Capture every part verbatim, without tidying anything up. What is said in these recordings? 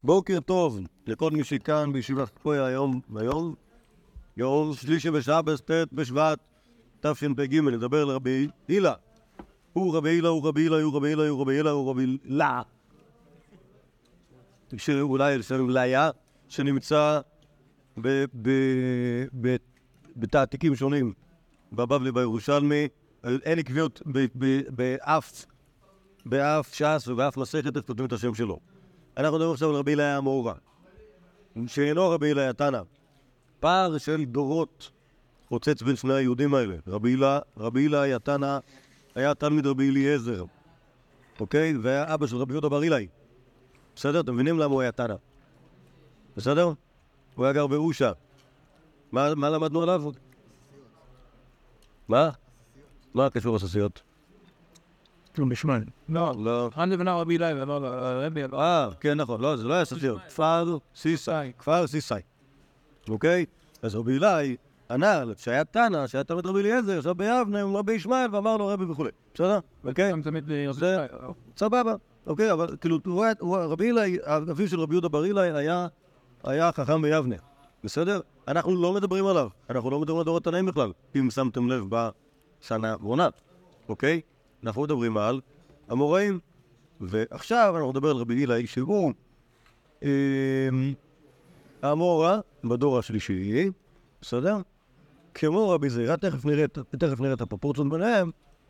בוקר טוב לכל מי שכאן בישיבת פויה היום, היום, יום שלישי בשבס ט' בשבט תשפ"ג. נדבר על רבי הילה. הוא רבי הילה, הוא רבי הילה, הוא רבי הילה, הוא רבי הילה, הוא רבי הילה. שאולי לפעמים ליה, שנמצא בתעתיקים שונים בבבלי בירושלמי. אין עקביות באף באף ש"ס ובאף מסכת איך כותבים את השם שלו. אנחנו מדברים עכשיו על רבי הילה המאורע, שאינו רבי הילה תנא. פער של דורות חוצץ בין שני היהודים האלה. רבי הילה, רבי הילה תנא היה תלמיד רבי אליעזר, אוקיי? והיה אבא של רבי יהודה בר אילאי. בסדר? אתם מבינים למה הוא היה תנא? בסדר? הוא היה גר באושה. מה, מה למדנו עליו? מה? מה קשור לססיות? כלום בשמן. לא, לא. אני לבנה רבי אליי ולא רבי אליי. אה, כן, נכון. לא, זה לא היה ססיות. כפר סיסאי. כפר סיסאי. אוקיי? אז רבי אליעי ענה שהיה תנא, שהיה תלמיד רבי אליעזר, עכשיו ביבנה עם רבי ישמעאל ואמר לו רבי וכו'. בסדר? אוקיי? גם תמיד רבי זה סבבה. אוקיי, אבל כאילו, רבי אליעי, אביו של רבי יהודה בר אילאי היה היה חכם ביבנה. בסדר? אנחנו לא מדברים עליו. אנחנו לא מדברים על דור התנאים בכלל, אם שמתם לב בשנה האחרונה. אוקיי? אנחנו מדברים על המוראים. ועכשיו אנחנו נדבר על רבי אליעי שהוא המורה בדור השלישי. בסדר? כמו רבי זירא, תכף נראה, תכף נראה את הפרופורציות ביניהם.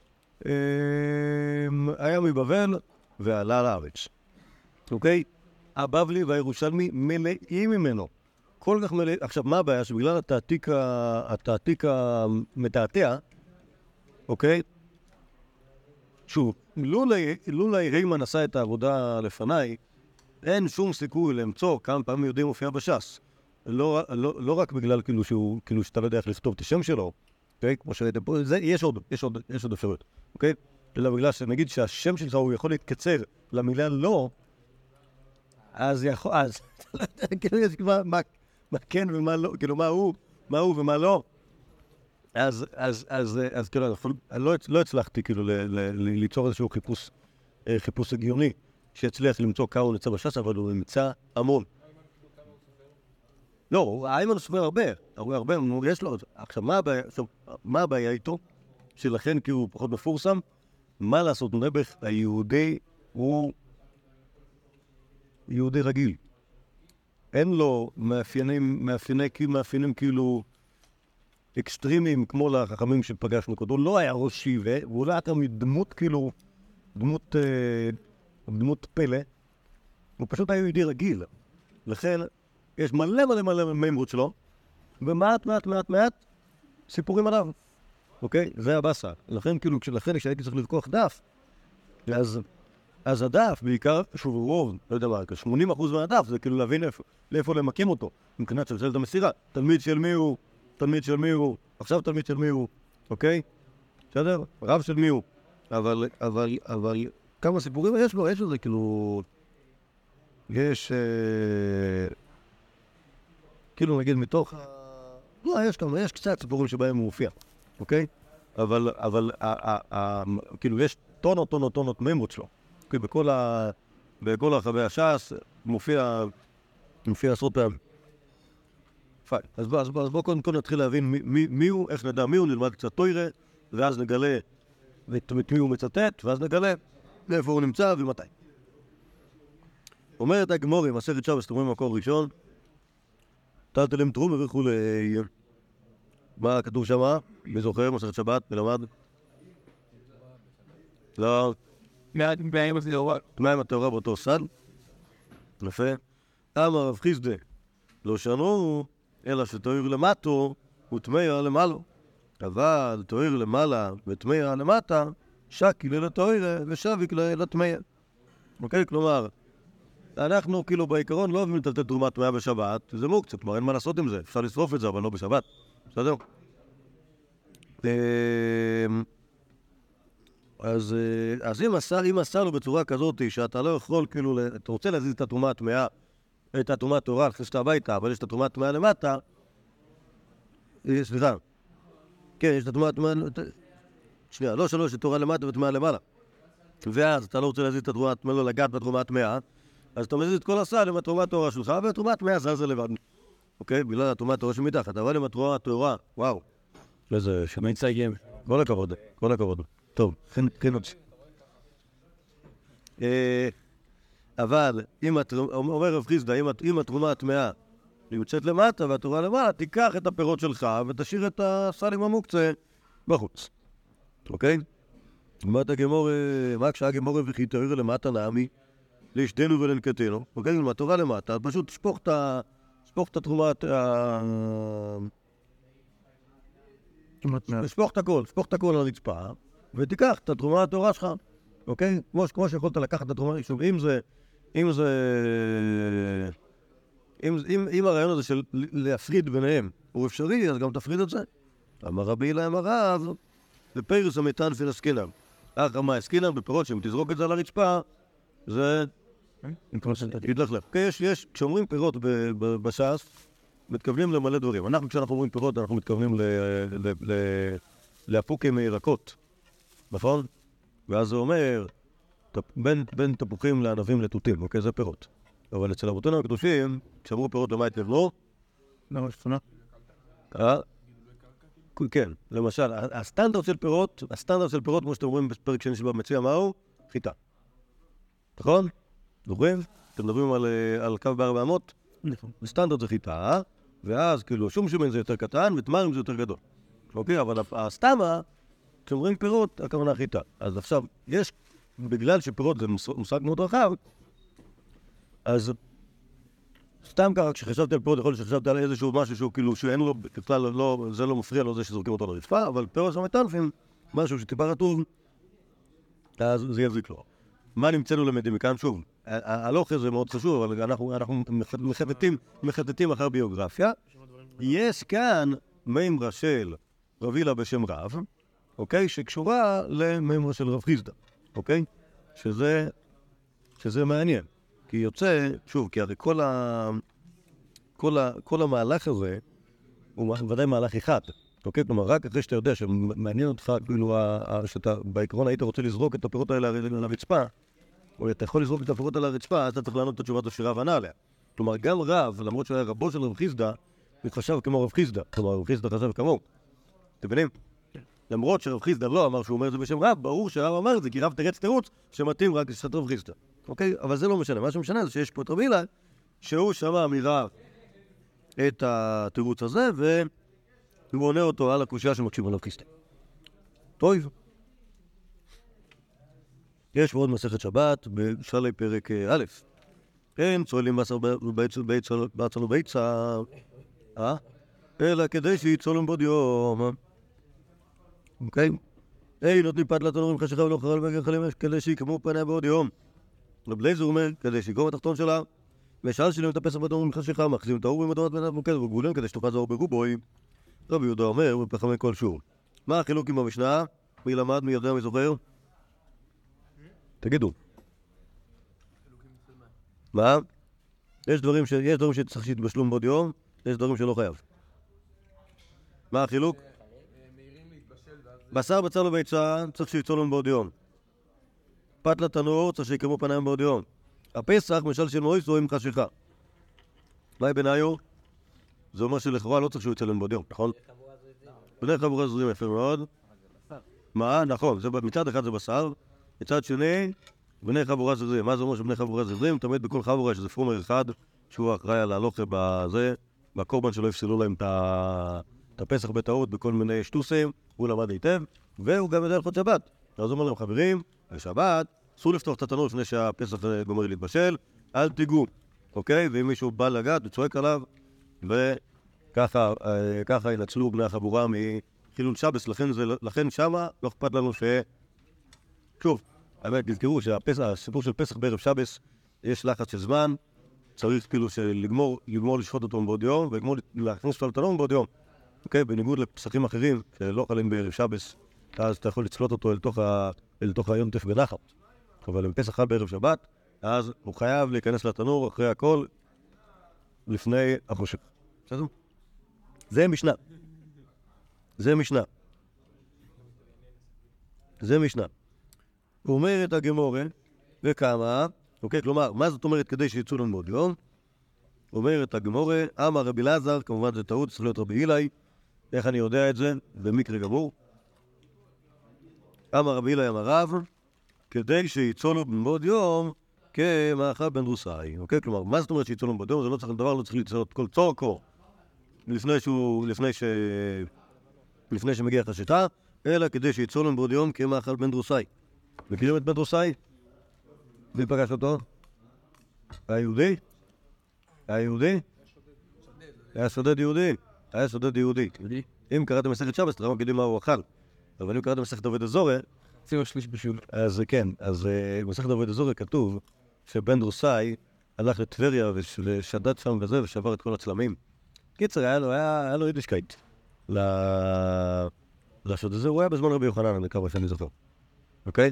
היה מבבל ועלה לארץ. אוקיי? הבבלי והירושלמי מלאים ממנו. כל כך מלאים. עכשיו, מה הבעיה? שבגלל התעתיק, התעתיק המתעתע, אוקיי? שוב, לולי רימן עשה את העבודה לפניי, אין שום סיכוי למצוא כמה פעמים יהודי מופיע בש"ס. לא, לא, לא רק בגלל כאילו שהוא, כאילו שאתה לא יודע איך לכתוב את השם שלו, אוקיי? כמו שראיתם פה, זה, יש עוד, יש עוד, יש עוד אפשרות, אוקיי? אלא בגלל שנגיד שהשם שלך הוא יכול להתקצר למילה לא, אז יכול, אז, כאילו יש מה, מה, מה כן ומה לא, כאילו מה הוא, מה הוא ומה לא. אז, אז, אז, אז, כאילו, אני לא, לא הצלחתי כאילו ל, ל, ל, ליצור איזשהו חיפוש, חיפוש הגיוני, שהצליח למצוא כמה הוא נמצא בש"ס, אבל הוא נמצא המון. לא, איימן סופר הרבה, הרבה, הרבה, יש לו. עכשיו, מה הבעיה, עכשיו, מה הבעיה איתו? שלכן כאילו הוא פחות מפורסם, מה לעשות, נעבך, היהודי הוא יהודי רגיל. אין לו מאפיינים, מאפייני, מאפיינים כאילו אקסטרימיים כמו לחכמים שפגשנו קודם. הוא לא היה ראש שיבה, והוא לא היה דמות כאילו, דמות, דמות פלא. הוא פשוט היה יהודי רגיל. לכן, יש מלא מלא מלא מימרות שלו, ומעט מעט מעט מעט סיפורים עליו. אוקיי? זה הבאסה. לכן, כאילו, לכן כשהייתי צריך לבכוח דף, אז, אז הדף, בעיקר, שוב, רוב, לא יודע מה, שמונים אחוז מהדף, זה כאילו להבין איפה, לאיפה למקים אותו, מבחינת של שלט המסירה. תלמיד של מי הוא, תלמיד של מי הוא, עכשיו תלמיד של מי הוא, אוקיי? בסדר? רב של מי הוא. אבל, אבל, אבל, כמה סיפורים יש לו? יש לזה, כאילו, יש, אה... כאילו נגיד מתוך, לא, יש כמה, יש קצת סיפורים שבהם הוא מופיע, אוקיי? אבל, אבל, כאילו, יש טונות, טונות, טונות מימות שלו. אוקיי, בכל ה... בכל הרחבי הש"ס מופיע, מופיע עשרות פעמים. פיין. אז בואו, אז בואו קודם כל נתחיל להבין מי, מי הוא, איך נדע מי הוא, נלמד קצת תוירה, ואז נגלה את מי הוא מצטט, ואז נגלה לאיפה הוא נמצא ומתי. אומרת הגמורי, מסכת שבס, תראו במקור ראשון, תלתלם תרומה וכולי. מה כתוב שמה? מי זוכר? מסכת שבת? מלמד? לא. מהים הטהורה. מהים הטהורה באותו סד. יפה. אמר רב חיסדא, לא שנו, אלא שתואר למטו וטמא למעלה. אבל תואר למעלה וטמא למטה, שקי לתואר ושביק לטמא. אוקיי? כלומר, אנחנו כאילו בעיקרון לא אוהבים לתת תרומה טמאה בשבת, זה מוקצה, כלומר אין מה לעשות עם זה, אפשר לשרוף את זה, אבל לא בשבת, בסדר? אז, אז אם עשה, אם עשה לו בצורה כזאת שאתה לא יכול כאילו, אתה רוצה להזיז את התרומה הטמאה, את התרומה הטהורה, להכניס אותה הביתה, אבל יש את התרומה הטמאה למטה, סליחה, כן, יש את התרומה הטמאה, שנייה, לא שלוש, שתורה למטה וטמאה למעלה, ואז אתה לא רוצה להזיז את התרומה הטמאה, לא לגעת בתרומה הטמאה, אז אתה מזיז את כל הסל עם התרומה הטהורה שלך, והתרומה טמאה זזה לבד. אוקיי? בגלל התרומה הטהורה שמתחת, אבל עם התרומה הטהורה, וואו. איזה שמי צייגים. כל הכבוד, כל הכבוד. טוב, כן עוד. אבל, אומר רב חיסדא, אם התרומה הטמאה נמצאת למטה והתורה למעלה, תיקח את הפירות שלך ותשאיר את הסל עם המוקצה בחוץ. אוקיי? אמרת הגמור, מה כשהיה גמור וכי תאיר למטה נעמי, להשתנו ולנקטנו. אוקיי? אם התורה למטה, פשוט תשפוך את ה... תשפוך את התרומה... תשפוך את הכל, תשפוך את הכל על הרצפה, ותיקח את התרומה התורה שלך. אוקיי? כמו, כמו שיכולת לקחת את התרומה, שוב, אם זה... אם זה... אם, אם, אם הרעיון הזה של להפריד ביניהם הוא אפשרי, אז גם תפריד את זה. אמר רבי אילא אמר רב, בפרס המתן פלסקינם. אך מה הסקינם בפירות שאם תזרוק את זה על הרצפה, זה... יתלכלך. יש, יש, כשאומרים פירות בש"ס, מתכוונים למלא דברים. אנחנו, כשאנחנו אומרים פירות, אנחנו מתכוונים להפוקים מירקות. נכון? ואז זה אומר, בין תפוחים לענבים לתותים, אוקיי? זה פירות. אבל אצל אבותינו הקדושים, כשאמרו פירות למה התכוונו? למה שפונה? כן, למשל, הסטנדרט של פירות, הסטנדרט של פירות, כמו שאתם אומרים בפרק שני של במציע, מהו? חיטה. נכון? זוכרים? אתם מדברים על קו בארבע אמות? נכון. הסטנדרט זה חיטה, ואז כאילו שום שמן זה יותר קטן ותמרים זה יותר גדול. אוקיי? אבל הסתמה, כשאומרים פירות, הכוונה חיטה. אז עכשיו, יש, בגלל שפירות זה מושג מאוד רחב, אז סתם ככה, כשחשבתי על פירות, יכול להיות שחשבתי על איזשהו משהו שהוא כאילו, שאין לו, בכלל לא, זה לא מפריע לו זה שזורקים אותו לרצפה, אבל פירות שמטנפים, משהו שטיפה רטוב, אז זה יזיק לו. מה נמצאנו למדים מכאן? שוב, הלוך זה מאוד חשוב, אבל אנחנו, אנחנו מחטטים, מחטטים אחר ביוגרפיה. יש כאן מימרה של רב הילה בשם רב, אוקיי? שקשורה למימרה של רב חיסדא, אוקיי? שזה, שזה מעניין. כי יוצא, שוב, כי הרי כל, ה... כל, ה... כל המהלך הזה הוא ודאי מהלך אחד, אוקיי? כלומר, רק אחרי שאתה יודע שמעניין אותך, כאילו, שאתה בעקרון היית רוצה לזרוק את הפירות האלה על הרצפה, או אתה יכול לזרוק את הפירות על הרצפה, אז אתה צריך לענות את התשובה שרב ענה עליה. כלומר, גם רב, למרות שהוא היה רבו של רב חיסדא, הוא חשב כמו רב חיסדא. כלומר, רב חיסדא חשב כמוהו. אתם מבינים? למרות שרב חיסדא לא אמר שהוא אומר את זה בשם רב, ברור שרב אמר את זה, כי רב תרץ תירוץ שמתאים רק לשיטת רב חיסדא. אוקיי? אבל זה לא משנה. מה שמשנה זה שיש פה את רב הילה, שהוא שמע מרב את התירוץ הזה, והוא עונה אותו על הקושיה שמקשיב עליו חיסדא. טוב. יש עוד מסכת שבת בשלי פרק א', אין צוללים בשר בצל וביצה, אלא כדי שיצולם בעוד יום. אוקיי? אין נותנים פת לתנור עם חשיכה ולא חרל וגחלים כדי שיקמו פניה בעוד יום. רב אליעזר אומר, כדי שיקום התחתון שלה, ושאל שלהם את הפסח בתנור עם חשיכה, מאחזים את האור במדורת בנת מוקד וגבולים כדי שתאכל זהור ברובוי. רבי יהודה אומר, בפחמי כל שיעור. מה החילוק עם המשנה? מי למד, מי יודע, מי זוכר? תגידו. מה? יש דברים ש... יש דברים שצריך שיתבשלום בעוד יום, יש דברים שלא חייב. מה החילוק? בשר בצל וביצה צריך שיצולם בעוד יום. פת לתנור צריך שיקמו פניים בעוד יום. הפסח משל של מויסו עם חשיכה. מה בניו? זה אומר שלכאורה לא צריך שהוא יצלם בעוד יום, נכון? בני חבורה זרים יפה מאוד. מה? נכון, מצד אחד זה בשר, מצד שני, בני חבורה זרים. מה זה אומר שבני חבורה זרים? תמיד בכל חבורה יש איזה פרומר אחד שהוא אחראי על ההלוכה בזה, בקורבן שלא יפסלו להם את הפסח בטעות בכל מיני שטוסים, הוא למד היטב, והוא גם יודע הלכות שבת. אז הוא אומר להם, חברים, בשבת, אסור לפתוח את התנור לפני שהפסח גומר להתבשל, אל תיגעו, אוקיי? ואם מישהו בא לגעת, הוא צועק עליו, וככה ככה ינצלו בני החבורה מחילול שבס, לכן, זה, לכן שמה לא אכפת לנו ש... שוב, האמת, תזכרו שהסיפור של פסח בערב שבס, יש לחץ של זמן, צריך כאילו לגמור, לגמור לשחוט אותו בעוד יום, ולגמור להכניס אותו לתנור בעוד יום. אוקיי? בניגוד לפסחים אחרים, שלא חלים בערב שבס, אז אתה יכול לצלות אותו אל תוך, ה... אל תוך היום טף בנחת. אבל אם פסח חל בערב שבת, אז הוא חייב להיכנס לתנור אחרי הכל, לפני החושך. בסדר? זה משנה. זה משנה. זה משנה. אומרת הגמורה, וכמה, אוקיי, כלומר, מה זאת אומרת כדי שיצאו לנו בעוד יום? אומרת הגמורה, אמר רבי אלעזר, כמובן זה טעות, צריך להיות רבי הילי. איך אני יודע את זה? במקרה גמור. אמר רבי הילי אמר רב, כדי שיצאו לנו בעוד יום, כמאכל בן דרוסאי. אוקיי, כלומר, מה זאת אומרת שיצאו לנו בעוד יום? זה לא צריך, דבר לא צריך ליצור כל צורקו לפני שהוא, לפני ש... לפני שמגיע חשיתה, אלא כדי שיצאו לנו בעוד יום כמאכל בן דרוסאי. מכירים את בן דרוסאי? מי פגש אותו? היה יהודי? היה יהודי? היה שודד יהודי. היה שודד יהודי. אם קראתם מסכת שבס, אתם יודעים מה הוא אכל. אבל אם קראתם מסכת עבודה זורה, ציור שליש בשיעור. אז כן, אז במסכת עבודה זורה כתוב שבן דרוסאי הלך לטבריה ושדד שם וזה ושבר את כל הצלמים. קיצר, היה לו, היה לו יידישקייט לשוד הזה. הוא היה בזמן רבי יוחנן, אני מקווה שאני זוכר. אוקיי?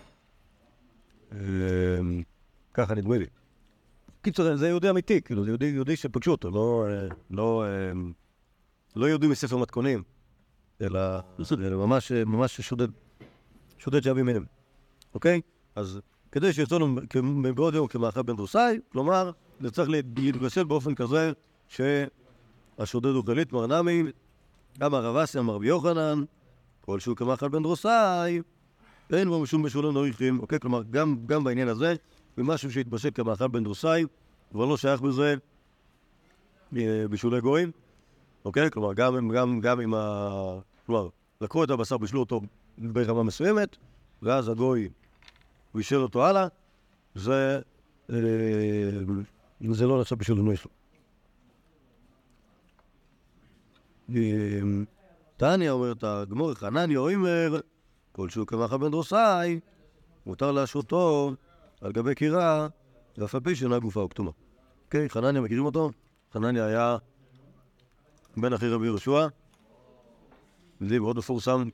ככה נדמה לי. קיצור, זה יהודי אמיתי, כאילו, זה יהודי, יהודי שפגשו אותו, לא, לא, לא יהודי מספר מתכונים, אלא, אלא ממש, ממש שודד, שודד שאבי מהם, אוקיי? אז כדי שיצאנו בעוד יום כמאכל בן דרוסאי, כלומר, זה צריך להתבשל באופן כזה שהשודד הוא גלית מרנמי, אמר רב אסי, אמר רבי יוחנן, כל שהוא כמאכל בן דרוסאי, אין בו משום משולם נוריכים, אוקיי? כלומר, גם, גם בעניין הזה, ומשהו שהתבשל כמאכל בן דרוסאי, כבר לא שייך בזה בישולי גויים, אוקיי? כלומר, גם, גם, גם עם ה... כלומר, לקחו את הבשר, בישלו אותו ברמה מסוימת, ואז הגוי בישל אותו הלאה, זה, זה לא נחשב בישול נוי שלו. תניא אומרת הגמור, חנניה אומר, כל שהוא כמאכל בן דרוסאי, מותר להשרותו על גבי קירה, ואף על פי שאינה גופה או כתומה. אוקיי, חנניה, מכירים אותו? חנניה היה בן אחי רבי יהושע, זה מאוד מפורסם.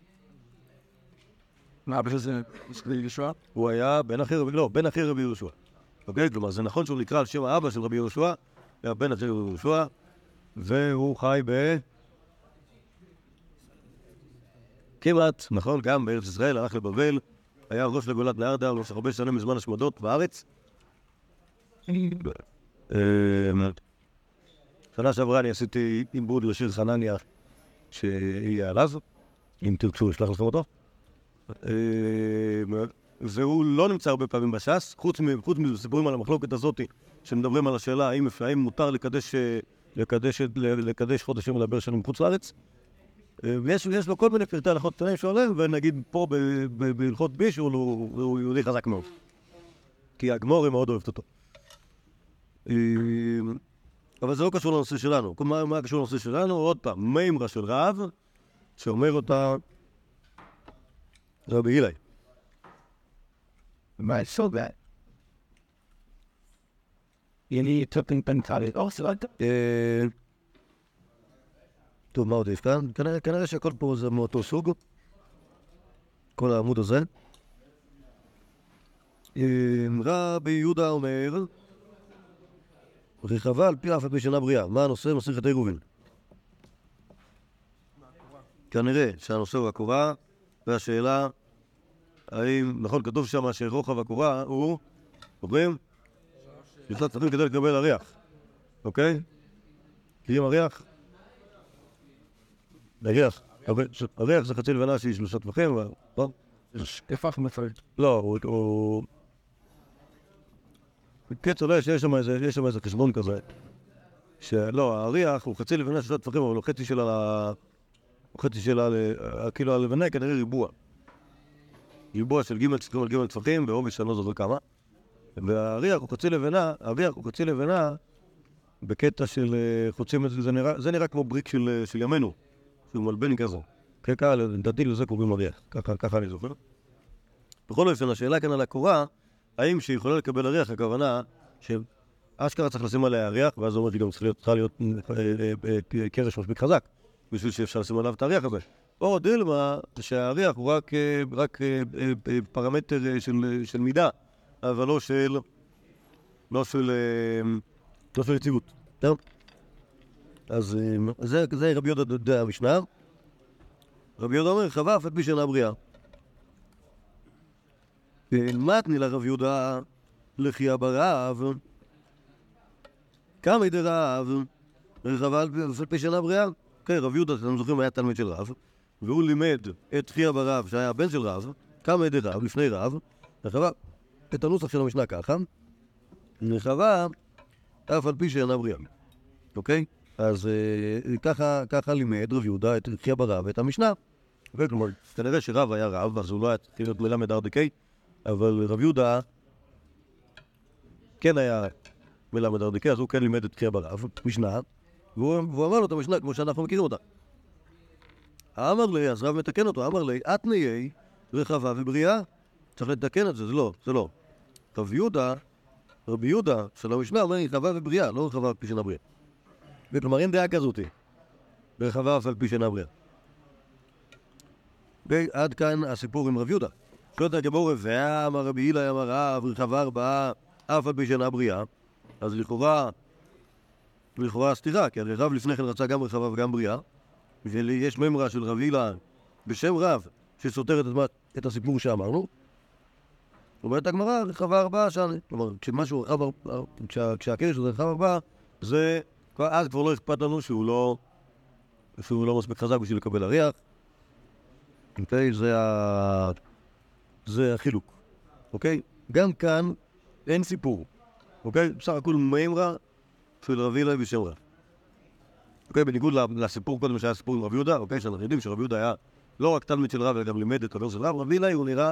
מה, בשביל זה רבי יהושע? הוא היה בן אחי רבי, לא, בן אחי רבי יהושע. אוקיי, כלומר, זה נכון שהוא נקרא על שם האבא של רבי יהושע, היה בן אחי רבי יהושע, והוא חי ב... כמעט, נכון, גם בארץ ישראל, הלך לבבל, היה ראש לגולת לארדה, לא הרבה שנים מזמן השמדות בארץ. שנה שעברה אני עשיתי עיבוד לשיר חנניה שיהיה עליו, אם תרצו, אשלח לכם אותו. והוא לא נמצא הרבה פעמים בש"ס, חוץ מסיפורים על המחלוקת הזאת, שמדברים על השאלה האם מותר לקדש חודשים ולבר שנים מחוץ לארץ. ויש לו כל מיני פרטי הלכות קטנים שעולים, ונגיד פה בהלכות בישול הוא יהודי חזק מאוד. כי הגמורה מאוד אוהבת אותו. אבל זה לא קשור לנושא שלנו. מה קשור לנושא שלנו? עוד פעם, מימרה של רב, שאומר אותה רבי הילי. מה, so bad. יני טופינג פנטלי. או, סלעת? טוב, מה עוד יש כאן? כנראה שהכל פה זה מאותו סוג. כל העמוד הזה. רבי יהודה אומר, רחבה על פי אף על פי שאינה בריאה. מה הנושא? מסכת עירובין. כנראה שהנושא הוא הקורה, והשאלה, האם, נכון, כתוב שם שרוחב הקורה הוא, אומרים? שלושה טפחים כדי לקבל הריח. אוקיי? מכירים הריח? הריח. הריח זה חצי לבנה שהיא שלושה טפחים, לא? טפח מפריד. לא, הוא... בקיצור, יש שם איזה חשבון כזה, שלא, הריח הוא חצי לבנה שלושה טפחים, אבל הוא חצי שלה, הוא חצי שלה, כאילו הלבנה כנראה ריבוע. ריבוע של ג' ג' טפחים, בעובי שאני לא זוכר כמה. והריח הוא חצי לבנה, הריח הוא חצי לבנה, בקטע של חוצים, זה נראה, זה נראה כמו בריק של, של ימינו, שהוא מלבני כזה. ככה, לדעתי לזה קוראים הריח, ככה, ככה אני זוכר. בכל אופן, השאלה כאן על הקורה, האם שהיא יכולה לקבל הריח, הכוונה שאשכרה צריך לשים עליה הריח, ואז זה אומר שהיא גם צריכה להיות קרש מספיק חזק, בשביל שאפשר לשים עליו את הריח הזה. או דילמה, שהריח הוא רק, רק פרמטר של, של מידה, אבל לא של, לא של, לא של יציבות. טוב? אז זה, זה רבי יהודה דעה המשנה. רבי יהודה אומר, חווה אף על פי שאינה בריאה. מתני לרב יהודה, לחיה ברב, כמה דרב, רחבה על פי שנה בריאה. כן, רב יהודה, אתם זוכרים, היה תלמיד של רב, והוא לימד את חיה ברב, שהיה הבן של רב, כמה דרב, לפני רב, רחבה, את הנוסח של המשנה ככה, רחבה אף על פי שאינה בריאה. אוקיי? אז אה, ככה, ככה לימד רב יהודה את חיה ברב ואת המשנה. וכלומר, כנראה שרב היה רב, אז הוא לא היה צריך להיות מלמד ארדיקי, אבל רב יהודה כן היה מלמד ארדיקי, אז הוא כן לימד את חיה ברב, משנה, והוא, והוא אמר לו את המשנה כמו שאנחנו מכירים אותה. אמר לי, אז רב מתקן אותו, אמר לי, את נהיי רחבה ובריאה. צריך לתקן את זה, זה לא, זה לא. רב יהודה, רבי יהודה של המשנה אומר רחבה ובריאה, לא רחבה על פי שאינה בריאה. וכלומר, אין דעה כזאתי, ברחבה אף על פי שאינה בריאה. ועד כאן הסיפור עם רב יהודה. שואלת הגמרא, ואמר רבי הילה אמר רב, רחבה ארבעה אף על פי שאינה בריאה. אז לכאורה, לכאורה סתירה, כי רב לפני כן רצה גם רחבה וגם בריאה, ויש ממרה של רבי הילה בשם רב, שסותרת את, את הסיפור שאמרנו. אומרת הגמרא, רחבה ארבעה שנה. כלומר, כשמשהו רחב ארבעה, כשה, כשהקרש הזה רחב ארבעה, זה, אז כבר לא אכפת לנו שהוא לא, שהוא לא מספיק חזק בשביל לקבל הריח. אוקיי? זה ה... זה החילוק. אוקיי? גם כאן אין סיפור. אוקיי? בסך הכל ממרה של רבי הילה בשם רב. אוקיי? בניגוד לסיפור קודם שהיה סיפור עם רבי יהודה, אוקיי? שאנחנו יודעים שרבי יהודה היה לא רק תלמיד של רב, אלא גם לימד את הדור של רב, רבי הילה הוא נראה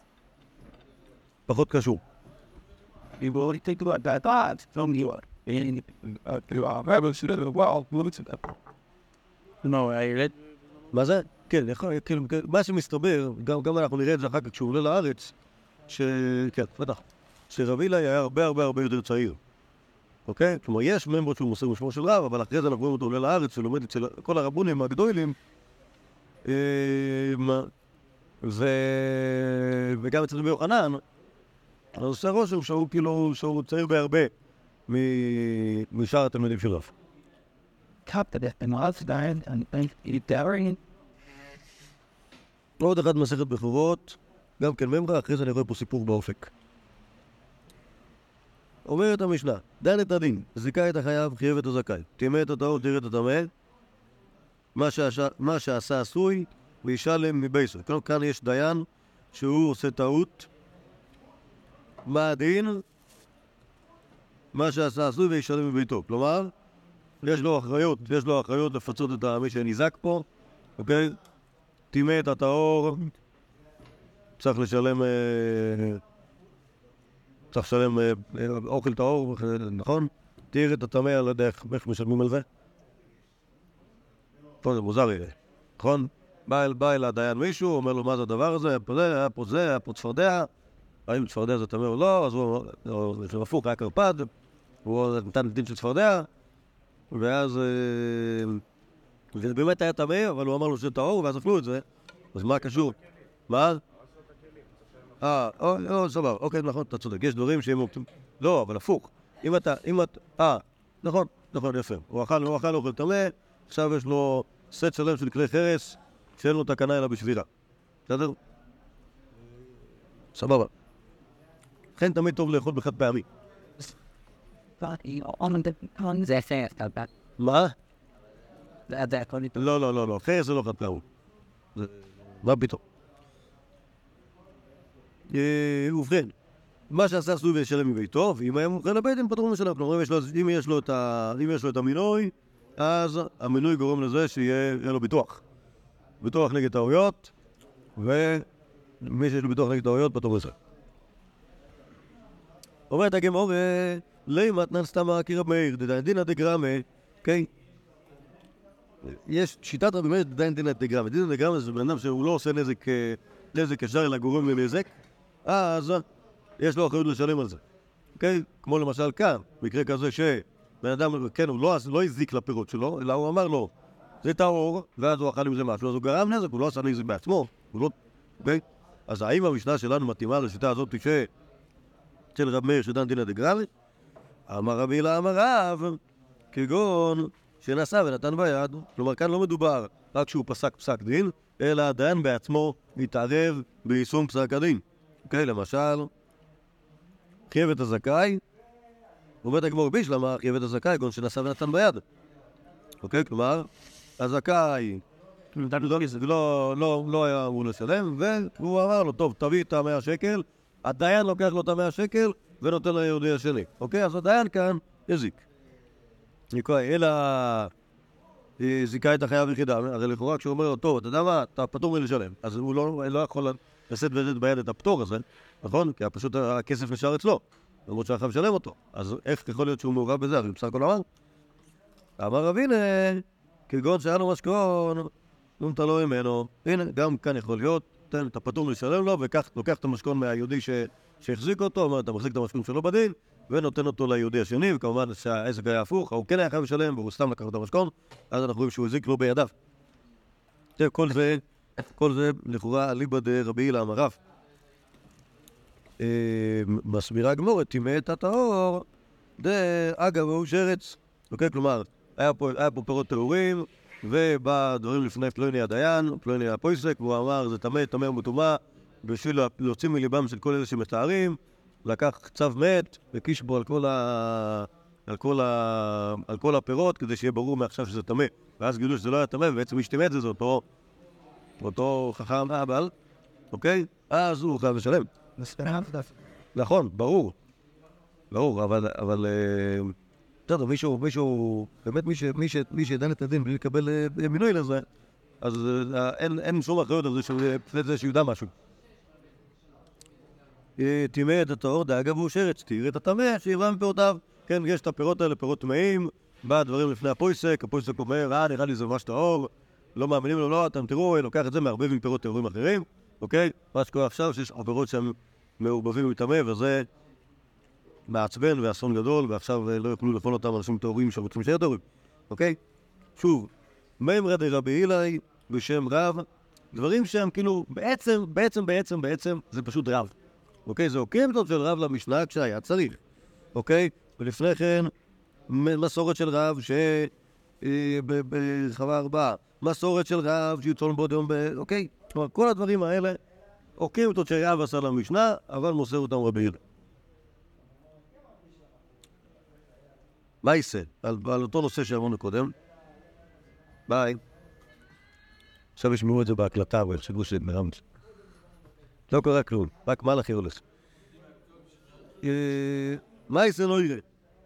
פחות קשור. You will take a that thought from you. And you are very sure of well, look at that. No, I read. מה זה? כן, כאילו, מה שמסתבר, גם, גם אנחנו נראה את זה אחר כך כשהוא עולה לארץ, ש... כן, בטח. שרבי הילה היה הרבה הרבה הרבה יותר צעיר. אוקיי? כלומר, יש ממרות שהוא מוסר משמו של רב, אבל אחרי זה אנחנו רואים אותו עולה לארץ ולומד אצל כל הרבונים הגדולים, ו... וגם אצל רבי יוחנן, אז עושה רושם שהוא כאילו, שהוא צעיר בהרבה משאר התלמידים של רב. Captain and last died and and daring. עוד אחד מסכת בכורות, גם כן ממרה, אחרי זה אני רואה פה סיפור באופק. אומרת המשנה, דן את הדין, זיכה את החייב, חייב את הזכאי. טימא את הטהור, תיר את הטמא, מה שעשה, מה שעשה עשוי, וישלם מבייסו. כאן יש דיין שהוא עושה טעות, מה הדין? מה שעשה עשוי וישלם מביתו. כלומר, יש לו אחריות, יש לו אחריות לפצות את מי שניזק פה, אוקיי? טימא את הטהור, צריך לשלם, צריך לשלם אוכל טהור, נכון? תיר את הטמא, לא יודע איך משלמים על זה. פה זה מוזר יהיה, נכון? בא אל הדיין מישהו, אומר לו מה זה הדבר הזה, היה פה זה, היה פה זה, היה פה צפרדע, האם צפרדע זה טמא או לא, אז הוא הפוך, היה קרפד, הוא נתן דין של צפרדע, ואז זה באמת היה טמא, אבל הוא אמר לו שזה טהור, ואז אכלו את זה, אז מה קשור? מה? אה, או, סבבה, אוקיי, נכון, אתה צודק, יש דברים שהם... לא, אבל הפוך, אם אתה, אם אתה... אה, נכון, נכון, יפה, הוא אכל, הוא אכל אוכל טמא, עכשיו יש לו סט שלם של כלי חרס, שאין לו תקנה אלא בשבירה, בסדר? סבבה. לכן תמיד טוב לאכול בחד פעמי. זה חרס, כלפת. מה? זה הכל איתו. לא, לא, לא, לא, חרס זה לא חד פעמי. מה פתאום? ובכן, מה שעשה עשוי וישלם מביתו, ואם היה מוכן לבית, הם פתרו משלם. כלומר, אם יש לו את המינוי, אז המינוי גורם לזה שיהיה לו ביטוח. ביטוח נגד טעויות, ומי שיש לו ביטוח נגד טעויות, פתור לזה. אומרת הגמרא, לימתנן סתמא כרב מאיר, דדינא דגרמא, כן? יש שיטת רבי מאיר דדינא דגרמא. דינא דגרמא זה בן אדם שהוא לא עושה נזק, נזק ישר אלא גורם לנזק, אז יש לו אחריות לשלם על זה. אוקיי? כמו למשל כאן, מקרה כזה שבן אדם, כן, הוא לא, לא הזיק לפירות שלו, אלא הוא אמר לו, זה טהור, ואז הוא אכל עם זה משהו, אז הוא גרם נזק, הוא לא עשה נזק בעצמו, הוא לא... אוקיי? אז האם המשנה שלנו מתאימה לשיטה הזאת ש... של רב מאיר שדן דינא דגרמא? אמר רבי הילה אמר רב, כגון שנשא ונתן ביד. כלומר, כאן לא מדובר רק שהוא פסק פסק דין, אלא הדיין בעצמו מתערב ביישום פסק הדין. אוקיי, למשל, חייב את הזכאי, אומרת הגמור בישלמה, חייב את הזכאי, גון שנשא ונתן ביד. אוקיי? כלומר, הזכאי לא היה אמור לשלם, והוא אמר לו, טוב, תביא את המאה שקל, הדיין לוקח לו את המאה שקל ונותן ליהודי השני. אוקיי? אז הדיין כאן יזיק. אלא זיקה את החייב יחידה, הרי לכאורה כשהוא אומר לו, טוב, אתה יודע מה, אתה פטור מלשלם. אז הוא לא יכול לשאת ולתת ביד את הפטור הזה, נכון? כי פשוט הכסף נשאר אצלו, למרות שהחייב משלם אותו. אז איך יכול להיות שהוא מעורב בזה? הרי בסך הכל אמר. אמר רב הנה, כגון שהיה לו משכון, נו אתה לא ממנו. הנה, גם כאן יכול להיות, תן, אתה פטור מלשלם לו, ולוקח את המשכון מהיהודי שהחזיק אותו, אומר, אתה מחזיק את המשכון שלו בדין, ונותן אותו ליהודי השני, וכמובן שהעסק היה הפוך, הוא כן היה חייב לשלם, והוא סתם לקח את המשכון, אז אנחנו רואים שהוא הזיק לו בידיו. כל זה, כל זה לכאורה אליבא דרבי הילה אמר רב. מסבירה הגמורת, טימא את הטהור, דאגב הוא שרץ. אוקיי, כלומר, היה פה, היה פה פירות טהורים, ובא דברים לפני פלוני הדיין, פלוני הפויסק, והוא אמר, זה טמא, טמא ומטומא, בשביל להוציא מליבם של כל אלה שמתארים, לקח צו מת וקיש בו על כל, ה... על, כל ה... על כל הפירות, כדי שיהיה ברור מעכשיו שזה טמא. ואז גילו שזה לא היה טמא, ובעצם מי שטימא את זה, זה אותו, אותו חכם אבל, אוקיי? אז הוא חייב לשלם. נכון, ברור. ברור, אבל... אבל בסדר, מישהו, מישהו, באמת מי, ש, מי, ש, מי שידע את הדין בלי לקבל מינוי לזה, אז אין, אין שום אחריות על זה, זה שיודע משהו. טימא את הטהור, דאגב הוא שרץ, תראה את הטמא, שיברא מפירותיו. כן, יש את הפירות האלה, פירות טמאים, בא דברים לפני הפויסק, הפויסק אומר, אה, נראה לי זה ממש טהור, לא מאמינים לו, לא, אתם תראו, לוקח את זה מערבב עם פירות טהורים אחרים, אוקיי? מה שקורה עכשיו, שיש פירות שהם מעורבבים עם טמא, וזה מעצבן ואסון גדול, ועכשיו לא יוכלו לפעול אותם אנשים טהורים שרוצים שיהיה טהורים, אוקיי? שוב, מימרא דרבי הילה בשם רב, דברים שהם כאילו, בעצם, בעצם, בעצם, בעצם, זה פשוט רב. אוקיי, זה עוקמת של רב למשנה כשהיה צריך, אוקיי? ולפני כן, מסורת של רב שברחבה ארבעה, מסורת של רב שיוצאון בעוד יום, אוקיי? כלומר, כל הדברים האלה, עוקמת של רב עשה למשנה, אבל מוסר אותם רבי הילה. מה יישא? על, על אותו נושא שאמרנו קודם. ביי. עכשיו ישמעו את זה בהקלטה, ויחשבו שנרמת. לא קרה כלום, רק מלאכי הולך. מה יישא לא יראה?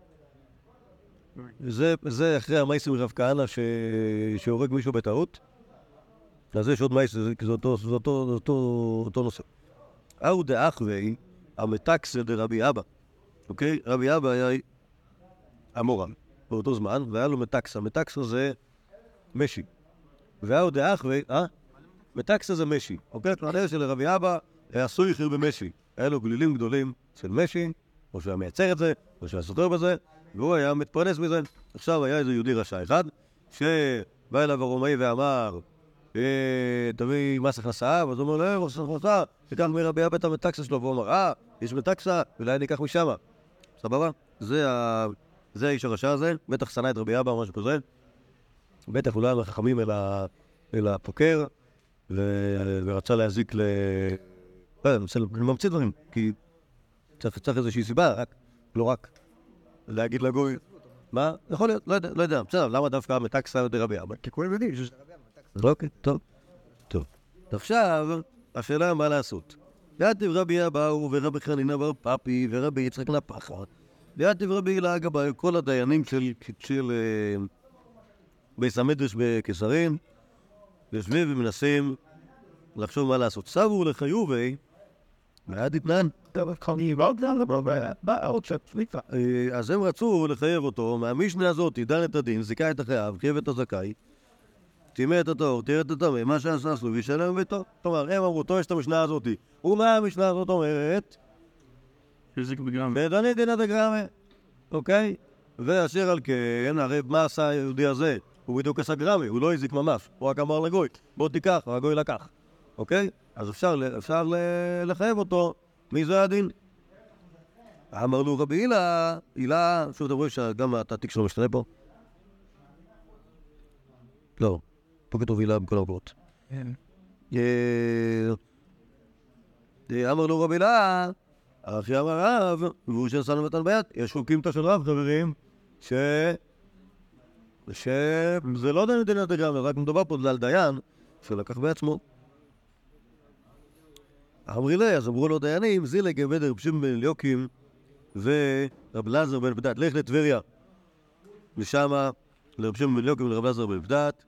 זה אחרי המייסים רב כהנא שהורג מישהו בטעות. אז יש עוד מייסים, זה אותו נושא. אהו דאחווי, המטקסה דרבי אבא. אוקיי? רבי אבא היה המורן באותו זמן, והיה לו מטקסה. מטקסה זה משי. והאהו דאחווי, אה? מטקסה זה משי. אוקיי? כלומר, של רבי אבא היה סויחר במשי. היה לו גלילים גדולים של משי, או שהוא היה מייצר את זה, או שהוא היה סוחר בזה, והוא היה מתפרנס מזה. עכשיו היה איזה יהודי רשע אחד, שבא אליו הרומאי ואמר, תביא מס הכנסה, ואז הוא אומר, לא, מס הכנסה, תיקח מרבי אבא את המטקסה שלו, והוא אמר, אה, יש מטקסה, אולי אני אקח משם. סבבה? זה האיש הרשע הזה, בטח שנא את רבי אבא או משהו כזה. בטח אולי החכמים אל הפוקר, ורצה להזיק ל... לא, אני ממציא דברים, כי צריך איזושהי סיבה, רק, לא רק להגיד לגוי. מה? יכול להיות, לא יודע, לא יודע. בסדר, למה דווקא מטקסה יותר רבי אבא? כי כולם יודעים שיש רבי אבא. אוקיי, טוב. טוב. עכשיו, השאלה מה לעשות. ויתיב רבי אבאו ורבי חנינא בר פפי ורבי יצחק נפחא. ויתיב רבי הילה אגבאי, כל הדיינים של בית המדרש בקיסרין, יושבים ומנסים לחשוב מה לעשות. סבו לחיובי, מעד יתנן. אז הם רצו לחייב אותו, מהמשנה הזאת, ידן את הדין, זיכה את החייב, חייב את הזכאי, טימא את הטהור, תראה את הטמא, מה שעשה לו, וישלם ביתו. כלומר, הם אמרו, טוב, יש את המשנה הזאת. ומה המשנה הזאת אומרת? ודנית דינת הגרמה. אוקיי? ואשר על כן, הרי מה עשה היהודי הזה? הוא בדיוק עשה גרמי, הוא לא הזיק ממש. הוא רק אמר לגוי, בוא תיקח, והגוי לקח. אוקיי? אז אפשר, אפשר לחייב אותו. מי זה הדין? אמר לו רבי הילה, הילה, שוב אתם רואים שגם התעתיק שלו משתנה פה? לא, פה כתוב הילה בכל הרבות. אמר לו רבי הילה, אחי אמר רב, והוא שנשא למתן ביד, יש חוקים של רב, חברים, ש... שזה לא דין דין דגרמי, רק מדובר פה על דיין שלקח בעצמו. אמרי לי, אז אמרו לו דיינים, זילי גבד רב שמעון בן אליוקים ורב אלעזר בן פדת, לך לטבריה. ושמה לרב שמעון בן אליוקים ולרב אלעזר בן פדת,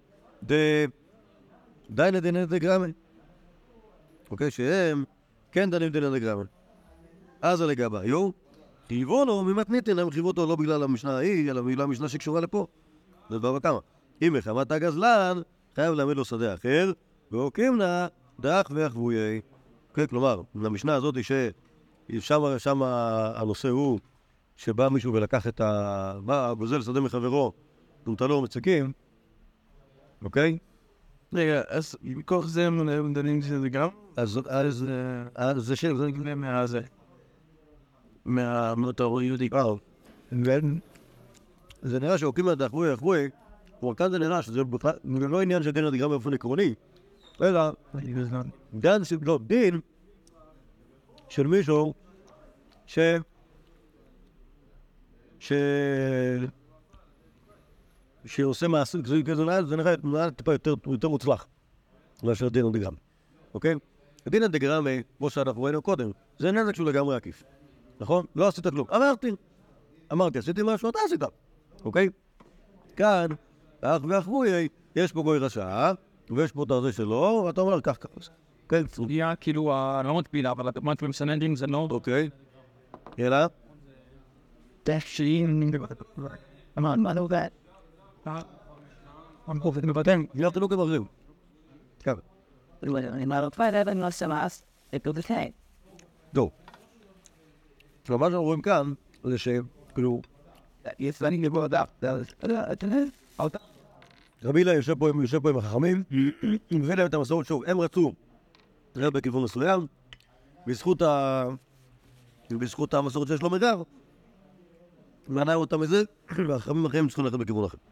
דיין דין דגרמי. אוקיי, שהם כן דנים דין דגרמי. אז לגבי היו, חייבו לו ממתניתין, הם חייבו אותו לא בגלל המשנה ההיא, אלא בגלל המשנה שקשורה לפה. זה דבר בכמה. אם מחמת הגזלן, חייב להעמיד לו שדה אחר, והוקימנה דאח ויחבויי. כן, כלומר, למשנה הזאת ששם שם הנושא הוא שבא מישהו ולקח את ה... בא גוזל שדה מחברו, ונתן לו מצקים, אוקיי? רגע, אז מכוח זה הם דנים שזה גם? אז זה שם, זה נגמר מהזה. מהמוטור יהודי. זה נראה שהוקימנה דאח ויחבויי, אבל כאן זה נראה שזה לא עניין של דין הדגרמי באופן עקרוני, אלא דין של לא דין של מישהו ש... ש... שעושה מעשה, זה נראה טיפה יותר מוצלח מאשר דין הדגרמי, אוקיי? הדין הדגרמי, כמו שאנחנו ראינו קודם, זה נזק שהוא לגמרי עקיף, נכון? לא עשית כלום, אמרתי, אמרתי, עשיתי משהו, אתה עשית, אוקיי? כאן, אח ואחבויי, יש פה גוי רשע, ויש פה את הזה שלו, ואתה אומר, כך ככה. כן, סוגיה, כאילו, לא מקבילה, אבל מה אתם מסנדים זה לא... אוקיי. אלא? תשעים... אמר, מה לא זה? אמרו, וזה מבטן. לא, אתה לא כמחרים. כן. אני מעלות פעד, אני לא סמאס, את עוד לפני. טוב. מה שאנחנו רואים כאן, זה שכאילו... יצלני לבוא דף, רבי הילה יושב פה עם החכמים, מביא להם את המסורת שוב, הם רצו זה בכיוון מסוים, בזכות המסורת שיש לו מגר, מנעו אותם מזה, והחכמים אחרים צריכים ללכת בכיוון אחר.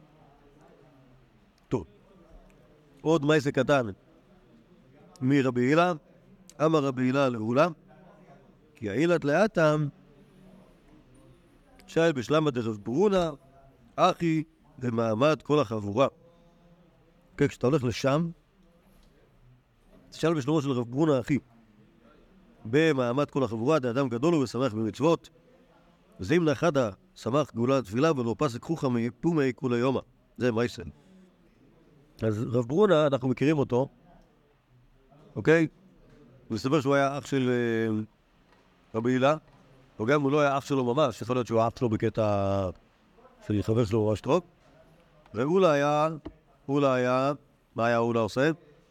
טוב, עוד מייסה קטן מרבי הילה, אמר רבי הילה להולה, כי ההילת לאטם, שייל בשלמה דרב ברונה, אחי במעמד כל החבורה. כן, כשאתה הולך לשם, תשאל בשלומו של רב ברונה, אחי, במעמד כל החבורה, דה אדם גדול ושמח במצוות, וזה אם נחדה שמח גאולה תפילה ולא פסק חוכה מפומי כולי יומה. זה מייסן. אז רב ברונה, אנחנו מכירים אותו, אוקיי? הוא מסתבר שהוא היה אח של רבי הילה, או גם הוא לא היה אח שלו ממש, יכול להיות שהוא היה אח שלו בקטע של חבר שלו ממש טוב. ואולה היה, אולה היה, מה היה אולה עושה?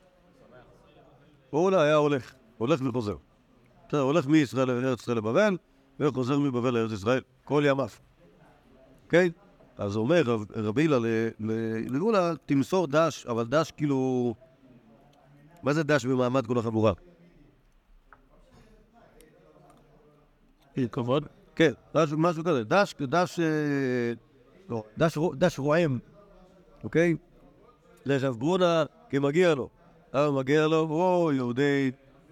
אולה היה הולך, הולך וחוזר. בסדר, הולך מישראל לארץ ישראל לבבל, וחוזר מבבל לארץ ישראל, כל ימיו. אוקיי? אז הוא אומר, רבי הילה לאולה, תמסור דש, אבל דש כאילו... מה זה דש במעמד כל החבורה? כבוד? כן, משהו כזה, דש, דש... לא, דש רועם. אוקיי? לרב ברונה, כי מגיע לו. אבל מגיע לו, או יהודי...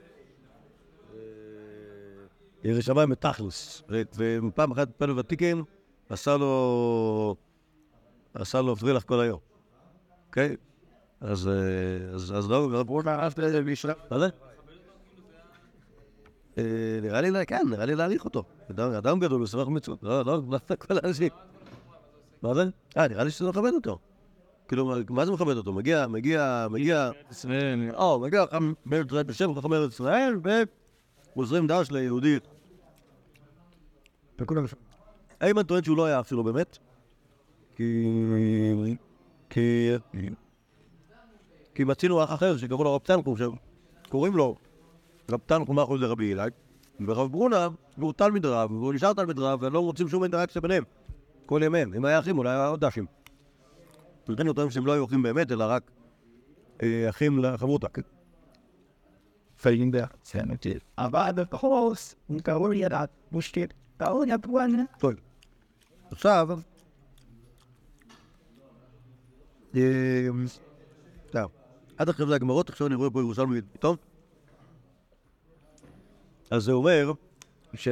ירא שמיים מתכלס. ופעם אחת פנו ותיקין, עשה לו... עשה לו פרילח כל היום. אוקיי? אז... אז לא, רב ברונה, אף תלת בישראל. מה זה? נראה לי, כן, נראה לי להעריך אותו. אדם גדול, ושמח מצוות. לא, לא, לא, כל האנשים. מה זה? אה, נראה לי שזה לא מכבד אותו. כאילו, מה זה מכבד אותו? מגיע, מגיע, מגיע... ישראל. או, מגיע בשם חכמי ארץ ישראל, ומוסרים דש ליהודי. איימן טוען שהוא לא היה אח שלו באמת, כי... כי... כי מצינו אח אחר שקראו לו רב תנחום, שקוראים לו רב תנחום אחוז לרבי הילה, ורב ברונה הוא תלמיד רב, והוא נשאר תלמיד רב, ולא רוצים שום אינטראקציה ביניהם. כל ימיהם. אם היה אחים, אולי היה עוד דשים. ולכן אותם שהם לא היו אחים באמת, אלא רק אחים לחברותה. פייגן דה. אבל בפחוס, נקראו לי ידעת, מושתית, קראו לי הפואנה. טוב. עכשיו... טוב. עד עכשיו זה הגמרות, עכשיו אני רואה פה ירושלמי פתאום. אז זה אומר ש...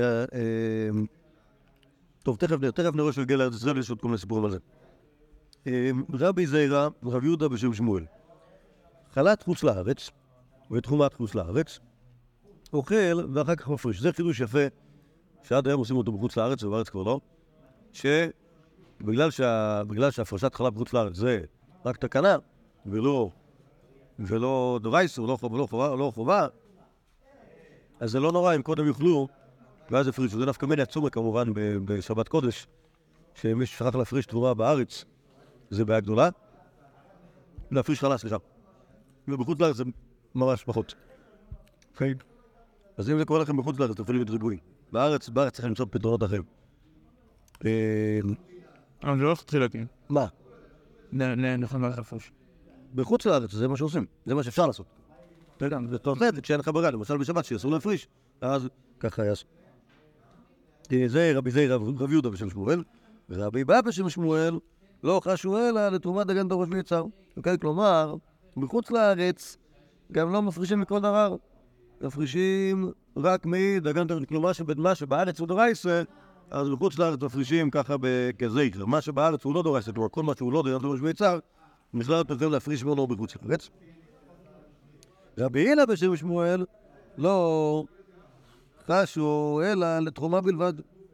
טוב, תכף נראה שהוא הגיע לארץ ישראל, יש עוד כל מיני סיפורים על זה. רבי זיירא, רב יהודה בשם שמואל, חלת חוץ לארץ, ותחומת חוץ לארץ, אוכל ואחר כך מפריש. זה חידוש יפה, שעד היום עושים אותו בחוץ לארץ, ובארץ כבר לא, שבגלל שה... בגלל שהפרשת חלב בחוץ לארץ זה רק תקנה, ולא, ולא דורייסו, לא חובה, לא חובה, לא חובה, אז זה לא נורא אם קודם יוכלו, ואז יפרישו. זה נפקא מינה עצומה כמובן בשבת קודש, שמי ששכח להפריש תרומה בארץ, זה בעיה גדולה. להפריש חלה, סליחה. ובחוץ לארץ זה ממש פחות. אוקיי? אז אם זה קורה לכם בחוץ לארץ, תפעילו את ריבוי. בארץ, בארץ צריכים למצוא פתרונות אחרים. אבל זה לא תתחיל להקים. מה? נכון להפריש. בחוץ לארץ, זה מה שעושים. זה מה שאפשר לעשות. אתה יודע, זה תעשה את זה כשאין לך ברירה, למשל בשבת שאסור להפריש. אז ככה יעשו. זה רבי זיירא רב יהודה בשם שמואל, ורבי אבא בשם שמואל לא חשו אלא לתרומת דגן דורש ויצהר. אוקיי? כלומר, בחוץ לארץ גם לא מפרישים מכל דבר. מפרישים רק מדגן דורש, כלומר מה שבארץ הוא דורייסה, אז בחוץ לארץ מפרישים ככה כזיכר. מה שבארץ הוא לא דורייסה, כל מה שהוא לא דגן דורש ויצהר, בכלל תוכל להפריש ממנו בחוץ לארץ. רבי הילא בשם שמואל לא חשו אלא לתרומה בלבד.